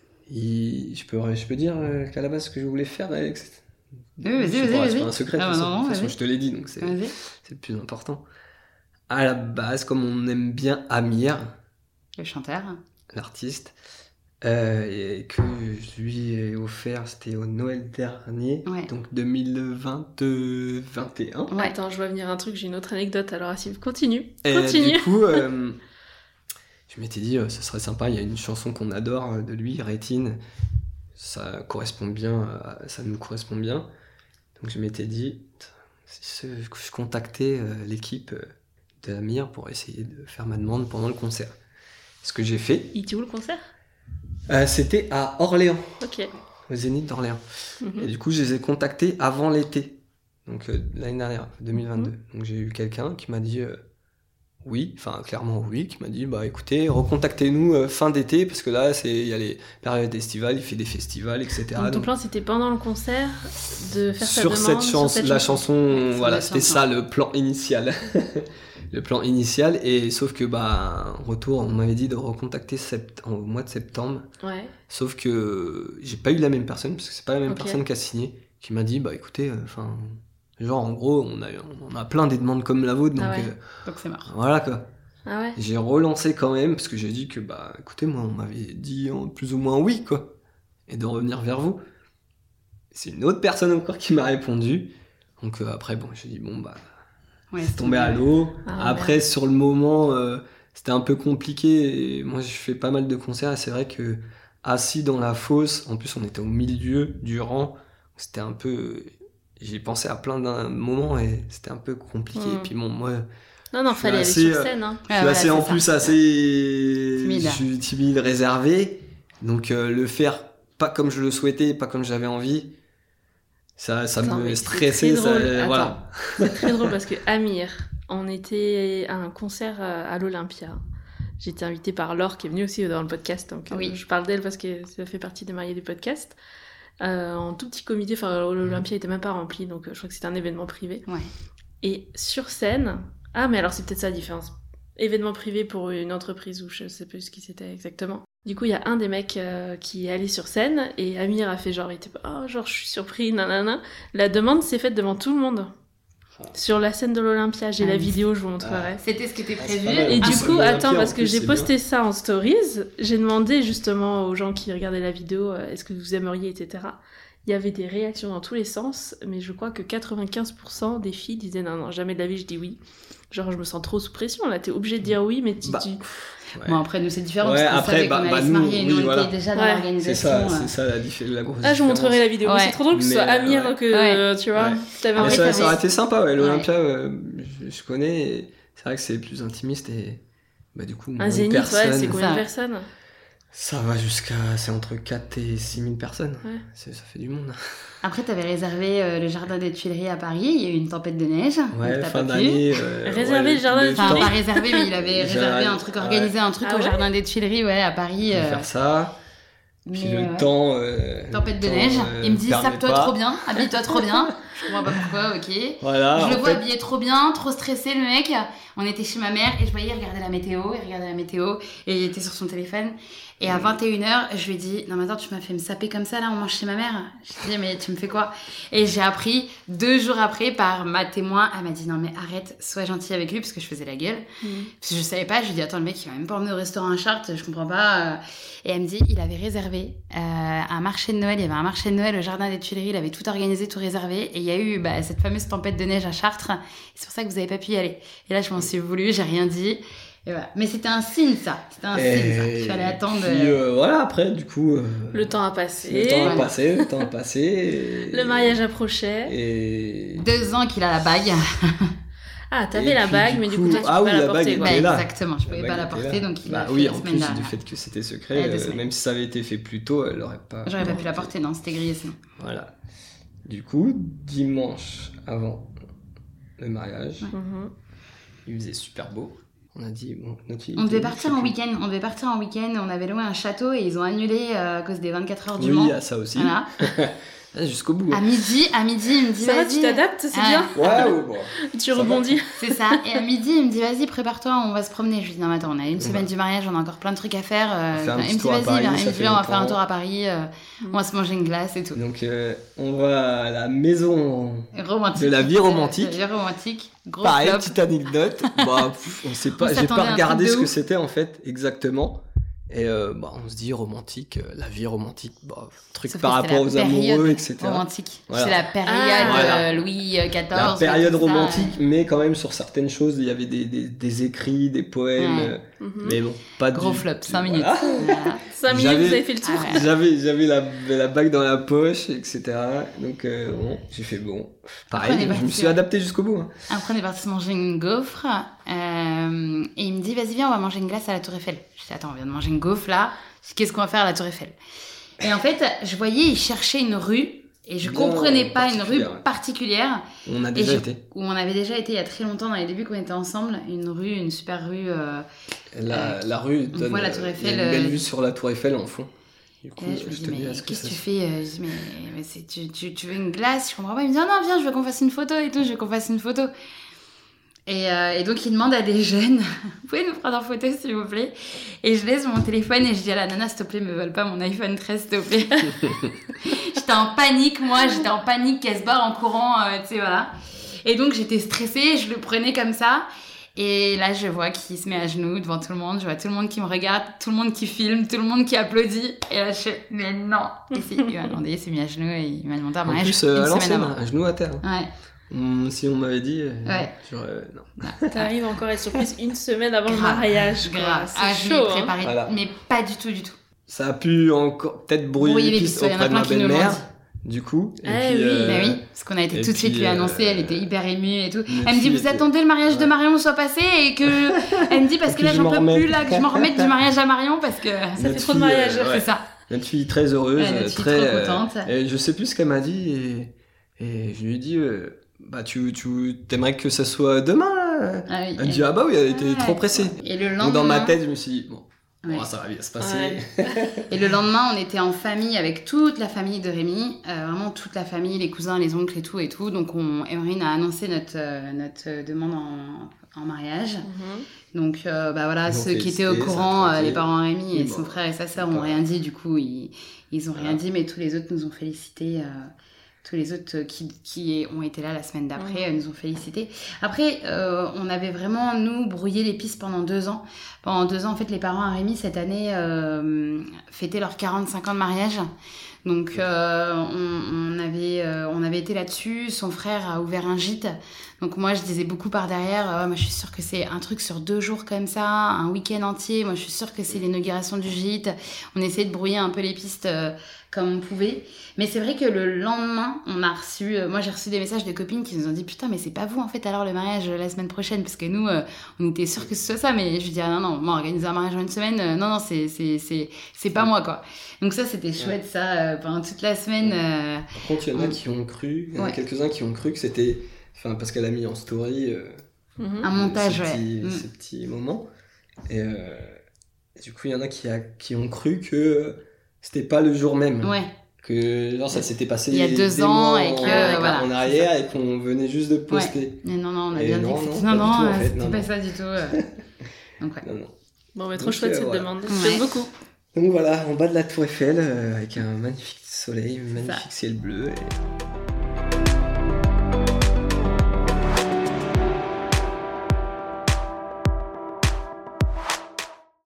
[SPEAKER 3] Et je peux, je peux dire euh, qu'à la base ce que je voulais faire, et cetera.
[SPEAKER 2] Oui, vas-y, vas-y, vas-y.
[SPEAKER 3] C'est pas un secret,
[SPEAKER 2] ah,
[SPEAKER 3] de toute
[SPEAKER 2] non, non,
[SPEAKER 3] façon, je te l'ai dit, donc c'est, c'est le plus important. À la base, comme on aime bien Amir,
[SPEAKER 2] le chanteur,
[SPEAKER 3] l'artiste. Euh, et que je lui ai offert, c'était au Noël dernier,
[SPEAKER 2] ouais.
[SPEAKER 3] donc deux mille vingt, vingt et un.
[SPEAKER 1] Ouais, attends, je vois venir un truc, j'ai une autre anecdote, alors Assif, continue.
[SPEAKER 3] Et
[SPEAKER 1] continue.
[SPEAKER 3] Du coup, euh, je m'étais dit, euh, ce serait sympa, il y a une chanson qu'on adore euh, de lui, Rétine, ça correspond bien, euh, ça nous correspond bien. Donc je m'étais dit, si je contactais euh, l'équipe euh, d'Amir pour essayer de faire ma demande pendant le concert. Ce que j'ai fait.
[SPEAKER 1] Il était où le concert ?
[SPEAKER 3] Euh, c'était à Orléans,
[SPEAKER 1] okay.
[SPEAKER 3] au Zénith d'Orléans.
[SPEAKER 1] Mm-hmm.
[SPEAKER 3] Et du coup, je les ai contactés avant l'été, donc euh, l'année dernière, deux mille vingt-deux. Mm-hmm. Donc j'ai eu quelqu'un qui m'a dit euh, oui, enfin clairement oui, qui m'a dit bah écoutez, recontactez-nous euh, fin d'été parce que là, c'est il y a les périodes estivales, il fait des festivals, et cetera.
[SPEAKER 1] Donc ton
[SPEAKER 3] donc,
[SPEAKER 1] plan, c'était pendant le concert de faire
[SPEAKER 3] sur
[SPEAKER 1] ta
[SPEAKER 3] cette
[SPEAKER 1] demande
[SPEAKER 3] chance,
[SPEAKER 1] sur cette
[SPEAKER 3] la
[SPEAKER 1] chanson.
[SPEAKER 3] chanson,
[SPEAKER 1] ouais,
[SPEAKER 3] voilà, c'était ça le plan initial. Le plan initial, et sauf que, bah, en retour, on m'avait dit de recontacter sept... au mois de septembre.
[SPEAKER 1] Ouais.
[SPEAKER 3] Sauf que j'ai pas eu la même personne, parce que c'est pas la même
[SPEAKER 1] okay. personne
[SPEAKER 3] qui a signé, qui m'a dit, bah écoutez, enfin, euh, genre en gros, on a, on a plein des demandes comme la vôtre, donc.
[SPEAKER 2] Ah ouais.
[SPEAKER 3] euh,
[SPEAKER 2] donc c'est mort.
[SPEAKER 3] Voilà quoi.
[SPEAKER 1] Ah ouais.
[SPEAKER 3] J'ai relancé quand même, parce que j'ai dit que, bah écoutez, moi, on m'avait dit en plus ou moins oui, quoi, et de revenir vers vous. C'est une autre personne encore qui m'a répondu, donc euh, après, bon, j'ai dit, bon, bah.
[SPEAKER 2] Ouais,
[SPEAKER 3] c'est tombé à l'eau.
[SPEAKER 1] Ah,
[SPEAKER 3] Après,
[SPEAKER 1] merde.
[SPEAKER 3] sur le moment, euh, c'était un peu compliqué. Et moi, je fais pas mal de concerts et c'est vrai que assis dans la fosse, en plus, on était au milieu du rang. C'était un peu. J'ai pensé à plein d'un moment et c'était un peu compliqué.
[SPEAKER 1] Mmh.
[SPEAKER 3] Et puis bon, moi.
[SPEAKER 1] Non, non, fallait
[SPEAKER 3] assez,
[SPEAKER 1] aller sur scène. Hein.
[SPEAKER 3] Je suis assez,
[SPEAKER 2] ouais,
[SPEAKER 3] en
[SPEAKER 2] ça.
[SPEAKER 3] plus, assez.
[SPEAKER 2] Timide.
[SPEAKER 3] Je suis timide, réservé. Donc, euh, le faire pas comme je le souhaitais, pas comme j'avais envie. Ça, ça
[SPEAKER 1] Attends,
[SPEAKER 3] me stressait, ça,
[SPEAKER 1] Attends,
[SPEAKER 3] voilà.
[SPEAKER 1] C'est très drôle parce que Amir, on était à un concert à l'Olympia. J'étais invitée par Laure qui est venue aussi dans le podcast, donc
[SPEAKER 2] oui.
[SPEAKER 1] euh, je parle d'elle parce que ça fait partie des mariés du podcast. Euh, en tout petit comité, enfin l'Olympia était même pas rempli, donc euh, je crois que c'était un événement privé.
[SPEAKER 2] Ouais.
[SPEAKER 1] Et sur scène, ah mais alors c'est peut-être ça la différence. Événement privé pour une entreprise ou je sais plus ce qui c'était exactement. Du coup, il y a un des mecs euh, qui est allé sur scène et Amir a fait genre, il était oh genre je suis surpris, nanana. La demande s'est faite devant tout le monde. Sur la scène de l'Olympia, j'ai ah, la vidéo, je vous montrerai.
[SPEAKER 2] C'était ce qui était prévu.
[SPEAKER 1] Et
[SPEAKER 2] ah,
[SPEAKER 1] du coup, attends, parce que
[SPEAKER 3] plus,
[SPEAKER 1] j'ai posté bien. ça en stories, j'ai demandé justement aux gens qui regardaient la vidéo, euh, est-ce que vous aimeriez, et cetera. il y avait des réactions dans tous les sens, mais je crois que quatre-vingt-quinze pour cent des filles disaient non, non, jamais de la vie je dis oui. Genre, je me sens trop sous pression, là, t'es obligé de dire oui, mais tu...
[SPEAKER 3] Bah,
[SPEAKER 1] tu...
[SPEAKER 2] Ouais. Bon, après, nous, c'est différent,
[SPEAKER 3] ouais,
[SPEAKER 2] parce qu'on
[SPEAKER 3] après,
[SPEAKER 2] savait
[SPEAKER 3] bah,
[SPEAKER 2] qu'on allait
[SPEAKER 3] bah,
[SPEAKER 2] se marier,
[SPEAKER 3] nous,
[SPEAKER 2] nous,
[SPEAKER 3] oui,
[SPEAKER 2] on
[SPEAKER 3] voilà.
[SPEAKER 2] était déjà dans
[SPEAKER 1] Ouais.
[SPEAKER 2] l'organisation.
[SPEAKER 3] C'est ça,
[SPEAKER 2] euh.
[SPEAKER 3] c'est ça la, diff- la grosse
[SPEAKER 1] Ah, je vous montrerai la vidéo,
[SPEAKER 2] Ouais.
[SPEAKER 1] c'est trop drôle que ce soit
[SPEAKER 3] Mais,
[SPEAKER 1] Amir
[SPEAKER 3] ouais.
[SPEAKER 1] que,
[SPEAKER 2] Ouais.
[SPEAKER 1] euh, tu vois,
[SPEAKER 3] Ouais.
[SPEAKER 1] t'avais
[SPEAKER 3] Mais
[SPEAKER 1] un
[SPEAKER 3] ça,
[SPEAKER 1] vrai
[SPEAKER 3] ça aurait été sympa, ouais, l'Olympia,
[SPEAKER 2] Ouais.
[SPEAKER 3] euh, je, je connais, et c'est vrai que c'est plus intimiste, et bah, du coup, moins
[SPEAKER 1] Un
[SPEAKER 3] de
[SPEAKER 1] zénith,
[SPEAKER 3] personnes.
[SPEAKER 1] ouais, c'est combien
[SPEAKER 2] Ça.
[SPEAKER 1] de personnes?
[SPEAKER 3] Ça va jusqu'à, c'est entre quatre et six mille personnes,
[SPEAKER 1] Ouais.
[SPEAKER 3] c'est, ça fait du monde.
[SPEAKER 2] Après, t'avais réservé euh, le jardin des Tuileries à Paris, il y a eu une tempête de neige.
[SPEAKER 3] Ouais,
[SPEAKER 2] donc t'as
[SPEAKER 3] fin
[SPEAKER 2] pas pu.
[SPEAKER 3] d'année. Euh,
[SPEAKER 1] Réserver
[SPEAKER 3] ouais,
[SPEAKER 1] le jardin des
[SPEAKER 2] Enfin,
[SPEAKER 1] Tuileries.
[SPEAKER 2] pas réservé, mais il avait
[SPEAKER 3] J'ai-
[SPEAKER 2] réservé un truc,
[SPEAKER 3] ouais.
[SPEAKER 2] organisé un truc
[SPEAKER 1] Ah
[SPEAKER 2] au
[SPEAKER 1] ouais
[SPEAKER 2] jardin des Tuileries, ouais, à Paris.
[SPEAKER 3] On
[SPEAKER 2] euh,
[SPEAKER 3] peut faire ça. Puis
[SPEAKER 2] mais,
[SPEAKER 3] le
[SPEAKER 2] ouais.
[SPEAKER 3] temps. euh,
[SPEAKER 2] Tempête
[SPEAKER 3] le
[SPEAKER 2] de
[SPEAKER 3] temps,
[SPEAKER 2] neige.
[SPEAKER 3] euh,
[SPEAKER 2] Il me dit,
[SPEAKER 3] permet
[SPEAKER 2] sape-toi
[SPEAKER 3] pas.
[SPEAKER 2] trop bien, habille-toi trop bien. Je comprends pas pourquoi, ok.
[SPEAKER 3] Voilà.
[SPEAKER 2] je
[SPEAKER 3] en
[SPEAKER 2] le vois
[SPEAKER 3] fait,
[SPEAKER 2] habillé trop bien, trop stressé, le mec. On était chez ma mère et je voyais, il regardait la météo, il regardait la météo et il était sur son téléphone. Et à vingt et une heures, je lui ai dit, non mais attends, tu m'as fait me saper comme ça là, on mange chez ma mère. Je lui ai dit, mais tu me fais quoi? Et j'ai appris deux jours après par ma témoin, elle m'a dit, non mais arrête, sois gentille avec lui, parce que je faisais la gueule.
[SPEAKER 1] Mmh.
[SPEAKER 2] Parce que je savais pas, je lui ai dit, attends, le mec il va même pas emmener au restaurant à Chartres, je comprends pas. Et elle me dit, il avait réservé euh, un marché de Noël, il y avait un marché de Noël au jardin des Tuileries, il avait tout organisé, tout réservé. Et il y a eu bah, cette fameuse tempête de neige à Chartres, et c'est pour ça que vous avez pas pu y aller. Et là, je m'en suis voulu, j'ai rien dit. Et voilà. Mais c'était un signe, ça. C'était un
[SPEAKER 3] et
[SPEAKER 2] signe, ça. Il fallait attendre.
[SPEAKER 3] Puis euh, voilà, après, du coup. euh,
[SPEAKER 1] Le temps a passé,
[SPEAKER 3] Le temps a
[SPEAKER 2] Voilà.
[SPEAKER 3] passé, le temps a passé. et-
[SPEAKER 1] le mariage approchait.
[SPEAKER 3] Et.
[SPEAKER 2] Deux ans qu'il a la bague.
[SPEAKER 1] Ah, t'avais
[SPEAKER 3] Et
[SPEAKER 1] la
[SPEAKER 3] puis,
[SPEAKER 1] bague,
[SPEAKER 3] du
[SPEAKER 1] mais du
[SPEAKER 3] coup-
[SPEAKER 1] coup, toi, tu
[SPEAKER 3] ah
[SPEAKER 1] peux
[SPEAKER 3] oui,
[SPEAKER 1] pas
[SPEAKER 3] la
[SPEAKER 1] la porter,
[SPEAKER 3] bague
[SPEAKER 1] quoi.
[SPEAKER 2] Bah,
[SPEAKER 3] était là.
[SPEAKER 2] exactement, je pouvais
[SPEAKER 3] La
[SPEAKER 2] pas la
[SPEAKER 3] bague était
[SPEAKER 2] porter,
[SPEAKER 3] là.
[SPEAKER 2] donc il
[SPEAKER 3] Bah
[SPEAKER 2] l'a
[SPEAKER 3] oui,
[SPEAKER 2] fait
[SPEAKER 3] en
[SPEAKER 2] la semaine
[SPEAKER 3] plus
[SPEAKER 2] dernière.
[SPEAKER 3] du fait que c'était
[SPEAKER 2] Ouais,
[SPEAKER 3] secret,
[SPEAKER 2] deux
[SPEAKER 3] euh,
[SPEAKER 2] semaines.
[SPEAKER 3] même si ça avait été fait plus tôt, elle l'aurait pas.
[SPEAKER 2] J'aurais pas pu la porter, non, c'était grillé sinon.
[SPEAKER 3] Voilà. Du coup, dimanche avant le mariage,
[SPEAKER 1] Mhm.
[SPEAKER 3] il faisait super beau. On a dit, bon, notre fille.
[SPEAKER 2] On devait
[SPEAKER 3] était-
[SPEAKER 2] partir en week-end, on devait partir en week-end, on avait loué un château et ils ont annulé euh, à cause des vingt-quatre heures du
[SPEAKER 3] Oui,
[SPEAKER 2] Mans.
[SPEAKER 3] il y a ça aussi.
[SPEAKER 2] Voilà.
[SPEAKER 3] Ah, jusqu'au bout.
[SPEAKER 2] À midi, à midi, il me dit
[SPEAKER 1] Ça va,
[SPEAKER 2] vas-y.
[SPEAKER 1] tu t'adaptes, c'est
[SPEAKER 2] Ah,
[SPEAKER 1] bien.
[SPEAKER 3] Ouais, ouais, bon.
[SPEAKER 1] Tu
[SPEAKER 3] va.
[SPEAKER 1] rebondis.
[SPEAKER 2] C'est ça. Et à midi, il me dit vas-y, prépare-toi, on va se promener. Je lui dis non, mais attends, on a une semaine
[SPEAKER 3] Ouais.
[SPEAKER 2] du mariage, on a encore plein de trucs à faire. euh,
[SPEAKER 3] On fait un
[SPEAKER 2] il
[SPEAKER 3] petit
[SPEAKER 2] me dit
[SPEAKER 3] tour à
[SPEAKER 2] vas-y,
[SPEAKER 3] Paris,
[SPEAKER 2] viens.
[SPEAKER 3] ça
[SPEAKER 2] Il me
[SPEAKER 3] fait
[SPEAKER 2] dit on va faire un
[SPEAKER 3] longtemps.
[SPEAKER 2] tour à Paris, euh, on va se manger une glace et tout.
[SPEAKER 3] Donc, euh, on va à la maison.
[SPEAKER 2] Romantique.
[SPEAKER 3] De la vie romantique.
[SPEAKER 2] De la vie romantique. Gros
[SPEAKER 3] Pareil,
[SPEAKER 2] flop.
[SPEAKER 3] petite anecdote. Bah, pff, on sait pas,
[SPEAKER 2] On
[SPEAKER 3] j'ai
[SPEAKER 2] s'attendait à
[SPEAKER 3] pas
[SPEAKER 2] un
[SPEAKER 3] regardé
[SPEAKER 2] truc
[SPEAKER 3] ce
[SPEAKER 2] de
[SPEAKER 3] que
[SPEAKER 2] ouf.
[SPEAKER 3] c'était en fait exactement. Et euh, bah, on se dit romantique, euh, la vie romantique, bah, truc
[SPEAKER 2] Sauf que
[SPEAKER 3] par
[SPEAKER 2] c'était
[SPEAKER 3] rapport
[SPEAKER 2] la
[SPEAKER 3] aux amoureux,
[SPEAKER 2] période
[SPEAKER 3] et cetera.
[SPEAKER 2] romantique.
[SPEAKER 3] Voilà.
[SPEAKER 2] C'est la période
[SPEAKER 1] Ah,
[SPEAKER 3] voilà.
[SPEAKER 2] euh, Louis quatorze.
[SPEAKER 3] La période
[SPEAKER 2] tout ça,
[SPEAKER 3] romantique,
[SPEAKER 2] ouais.
[SPEAKER 3] mais quand même sur certaines choses, il y avait des, des, des écrits, des poèmes,
[SPEAKER 2] Ouais.
[SPEAKER 3] euh,
[SPEAKER 1] Mhm.
[SPEAKER 3] mais bon, pas
[SPEAKER 2] Gros
[SPEAKER 3] du-
[SPEAKER 2] flop,
[SPEAKER 3] du-
[SPEAKER 2] cinq minutes.
[SPEAKER 3] voilà.
[SPEAKER 2] Voilà.
[SPEAKER 1] Cinq minutes,
[SPEAKER 3] J'avais-
[SPEAKER 1] vous avez fait le tour.
[SPEAKER 2] Ah ouais.
[SPEAKER 3] J'avais, j'avais la, la bague dans la poche, et cetera. Donc euh, bon, j'ai fait bon. Pareil,
[SPEAKER 2] Après, on est
[SPEAKER 3] je me
[SPEAKER 2] parti,
[SPEAKER 3] suis
[SPEAKER 2] ouais.
[SPEAKER 3] adapté jusqu'au bout. hein.
[SPEAKER 2] Après, on est parti se manger une gaufre. euh, et il me dit, vas-y, viens, on va manger une glace à la Tour Eiffel. Je dis, attends, on vient de manger une gaufre là. Je dis, qu'est-ce qu'on va faire à la Tour Eiffel? Et en fait, je voyais, il cherchait une rue. Et je
[SPEAKER 3] Bien
[SPEAKER 2] comprenais pas une rue
[SPEAKER 3] particulière, ouais.
[SPEAKER 2] particulière.
[SPEAKER 3] On a
[SPEAKER 2] Et
[SPEAKER 3] déjà
[SPEAKER 2] je-
[SPEAKER 3] été.
[SPEAKER 2] Où on avait déjà été il y a très longtemps, dans les débuts qu'on était ensemble. Une rue, une super rue. euh,
[SPEAKER 3] La,
[SPEAKER 2] Euh,
[SPEAKER 3] la rue
[SPEAKER 2] on
[SPEAKER 3] donne,
[SPEAKER 2] voit la
[SPEAKER 3] euh,
[SPEAKER 2] Tour
[SPEAKER 3] il y a
[SPEAKER 2] Eiffel,
[SPEAKER 3] une belle
[SPEAKER 2] euh,
[SPEAKER 3] vue sur la Tour Eiffel en fond. Du coup,
[SPEAKER 2] Et là, je me
[SPEAKER 3] je
[SPEAKER 2] dis,
[SPEAKER 3] te dis,
[SPEAKER 2] mais
[SPEAKER 3] est-ce que
[SPEAKER 2] qu'est-ce que
[SPEAKER 3] ça
[SPEAKER 2] tu
[SPEAKER 3] se-
[SPEAKER 2] fais? Euh, Je dis, mais, mais c'est, tu, tu, tu veux une glace? Je comprends pas. Il me dit, non, non, viens, je veux qu'on fasse une photo et tout, je veux qu'on fasse une photo. Et, euh, et donc, il demande à des jeunes, vous pouvez nous prendre en photo, s'il vous plaît? Et je laisse mon téléphone et je dis à la nana, s'il te plaît, me vole pas mon iPhone treize, s'il te plaît. J'étais en panique, moi, j'étais en panique qu'elle se barre en courant, euh, tu sais, voilà. Et donc, j'étais stressée, je le prenais comme ça. Et là, je vois qu'il se met à genoux devant tout le monde. Je vois tout le monde qui me regarde, tout le monde qui filme, tout le monde qui applaudit. Et là, je fais, mais non. Et c'est, il m'a demandé, il s'est mis à genoux et il m'a demandé un
[SPEAKER 3] En
[SPEAKER 2] mariage
[SPEAKER 3] plus, euh,
[SPEAKER 2] une
[SPEAKER 3] à
[SPEAKER 2] semaine
[SPEAKER 3] l'ancienne,
[SPEAKER 2] avant.
[SPEAKER 3] un genou à terre.
[SPEAKER 2] Ouais.
[SPEAKER 3] Hum, si on m'avait dit, euh,
[SPEAKER 2] Ouais.
[SPEAKER 3] j'aurais- non.
[SPEAKER 1] T'arrives encore à être surprise une semaine avant le
[SPEAKER 2] Grave,
[SPEAKER 1] mariage. quoi.
[SPEAKER 2] Grave.
[SPEAKER 1] C'est
[SPEAKER 2] Ah, je
[SPEAKER 1] chaud.
[SPEAKER 2] m'y
[SPEAKER 1] hein.
[SPEAKER 2] préparais,
[SPEAKER 3] Voilà.
[SPEAKER 2] mais pas du tout, du tout.
[SPEAKER 3] Ça a pu encore peut-être brouiller,
[SPEAKER 2] Brouiller
[SPEAKER 3] les
[SPEAKER 2] les
[SPEAKER 3] pistes
[SPEAKER 2] pistes, il y en a
[SPEAKER 3] auprès de
[SPEAKER 2] plein
[SPEAKER 3] ma
[SPEAKER 2] qui nous l'ont
[SPEAKER 3] belle-mère,
[SPEAKER 2] dit.
[SPEAKER 3] du coup. Et
[SPEAKER 1] Eh
[SPEAKER 3] puis,
[SPEAKER 1] oui.
[SPEAKER 3] euh,
[SPEAKER 2] Bah oui, parce qu'on a été
[SPEAKER 3] et
[SPEAKER 2] tout de suite
[SPEAKER 3] puis,
[SPEAKER 2] lui
[SPEAKER 3] euh,
[SPEAKER 2] annoncer, elle était hyper émue et tout.
[SPEAKER 3] notre
[SPEAKER 2] Elle me dit,
[SPEAKER 3] fille
[SPEAKER 2] vous
[SPEAKER 3] était-
[SPEAKER 2] attendez le mariage de
[SPEAKER 3] Ouais.
[SPEAKER 2] Marion soit passé et que... Elle me dit, parce
[SPEAKER 3] Faut
[SPEAKER 2] que là,
[SPEAKER 3] que je
[SPEAKER 2] j'en
[SPEAKER 3] m'en
[SPEAKER 2] peux
[SPEAKER 3] remette.
[SPEAKER 2] plus, là, que je m'en remette du mariage à Marion, parce que...
[SPEAKER 1] Ça
[SPEAKER 3] Notre
[SPEAKER 1] fait trop de
[SPEAKER 3] fille, euh,
[SPEAKER 1] mariages.
[SPEAKER 3] ouais.
[SPEAKER 2] C'est ça.
[SPEAKER 3] Notre fille très heureuse,
[SPEAKER 2] Ouais, notre fille
[SPEAKER 3] très.
[SPEAKER 2] trop
[SPEAKER 3] euh,
[SPEAKER 2] contente.
[SPEAKER 3] et je sais plus ce qu'elle m'a dit et, et je lui ai dit, euh, bah tu, tu t'aimerais que ça soit demain là
[SPEAKER 2] Ah oui.
[SPEAKER 3] Elle me dit, ah bah oui, elle était
[SPEAKER 2] Ouais.
[SPEAKER 3] trop pressée.
[SPEAKER 2] Et le
[SPEAKER 3] Donc
[SPEAKER 2] lendemain...
[SPEAKER 3] dans ma tête, je me suis dit, bon,
[SPEAKER 2] Ouais.
[SPEAKER 3] bon, ça va bien se passer.
[SPEAKER 1] Ouais.
[SPEAKER 2] Et le lendemain, on était en famille avec toute la famille de Rémi, euh, vraiment toute la famille, les cousins, les oncles et tout et tout. Donc, on, Emeline a annoncé notre, euh, notre demande en, en mariage.
[SPEAKER 1] Mhm.
[SPEAKER 2] Donc, euh, bah voilà,
[SPEAKER 3] Ils ont
[SPEAKER 2] ceux qui étaient au
[SPEAKER 3] félicité,
[SPEAKER 2] courant,
[SPEAKER 3] ça a
[SPEAKER 2] euh, les
[SPEAKER 3] tranquille.
[SPEAKER 2] parents Rémi et
[SPEAKER 3] Oui,
[SPEAKER 2] son
[SPEAKER 3] bon,
[SPEAKER 2] frère et sa sœur
[SPEAKER 3] c'est
[SPEAKER 2] ont
[SPEAKER 3] pas-
[SPEAKER 2] rien dit. Du coup, ils, ils ont rien
[SPEAKER 3] Voilà.
[SPEAKER 2] dit, mais tous les autres nous ont félicités. euh, tous les autres qui, qui ont été là la semaine d'après euh, nous ont félicités. Après, euh, on avait vraiment, nous, brouillé les pistes pendant deux ans. Pendant deux ans, en fait, les parents à Rémi, cette année, euh, fêtaient leurs quarante-cinq ans de mariage. Donc, euh, on, on, avait, euh, on avait été là-dessus. Son frère a ouvert un gîte. Donc, moi, je disais beaucoup par derrière, euh, moi, je suis sûre que c'est un truc sur deux jours comme ça, un week-end entier. Moi, je suis sûre que c'est l'inauguration du gîte. On essayait de brouiller un peu les pistes euh, comme on pouvait. Mais c'est vrai que le lendemain, on a reçu... Euh, moi, j'ai reçu des messages de copines qui nous ont dit « Putain, mais c'est pas vous, en fait, alors, le mariage la semaine prochaine ?» Parce que nous, euh, on était sûrs que ce soit ça. Mais je lui dis « Ah non, non, moi, organiser un mariage en une semaine, euh, non, non, c'est, c'est, c'est, c'est pas moi, quoi. » Donc ça, c'était chouette, ouais. ça, euh, pendant toute la semaine. Euh,
[SPEAKER 3] Par contre, il y en a on... qui ont cru, il y en a ouais. quelques-uns qui ont cru que c'était... Enfin, parce qu'elle a mis en story euh,
[SPEAKER 2] mm-hmm. un montage,
[SPEAKER 3] ces,
[SPEAKER 2] ouais.
[SPEAKER 3] petits,
[SPEAKER 2] mm.
[SPEAKER 3] ces petits moments. Et, euh, et du coup, il y en a qui, a qui ont cru que c'était pas le jour même.
[SPEAKER 2] Ouais.
[SPEAKER 3] Que genre, ça s'était passé
[SPEAKER 2] il y a deux
[SPEAKER 3] des
[SPEAKER 2] ans
[SPEAKER 3] mois
[SPEAKER 2] et que,
[SPEAKER 3] en,
[SPEAKER 2] euh, voilà,
[SPEAKER 3] en arrière et qu'on venait juste de poster.
[SPEAKER 2] Ouais. Mais non, non, on a
[SPEAKER 3] et
[SPEAKER 2] bien
[SPEAKER 3] non,
[SPEAKER 2] dit que
[SPEAKER 3] non,
[SPEAKER 2] non, non,
[SPEAKER 3] tout, en fait.
[SPEAKER 2] c'était
[SPEAKER 3] non,
[SPEAKER 2] pas
[SPEAKER 3] non.
[SPEAKER 2] ça du tout. Euh... Donc, ouais.
[SPEAKER 3] Non, non.
[SPEAKER 1] Bon, mais trop Donc, chouette euh, cette voilà. demande.
[SPEAKER 2] Ouais.
[SPEAKER 1] J'aime beaucoup.
[SPEAKER 3] Donc voilà, en bas de la Tour Eiffel, euh, avec un magnifique soleil, un magnifique
[SPEAKER 2] ça.
[SPEAKER 3] ciel bleu. Et...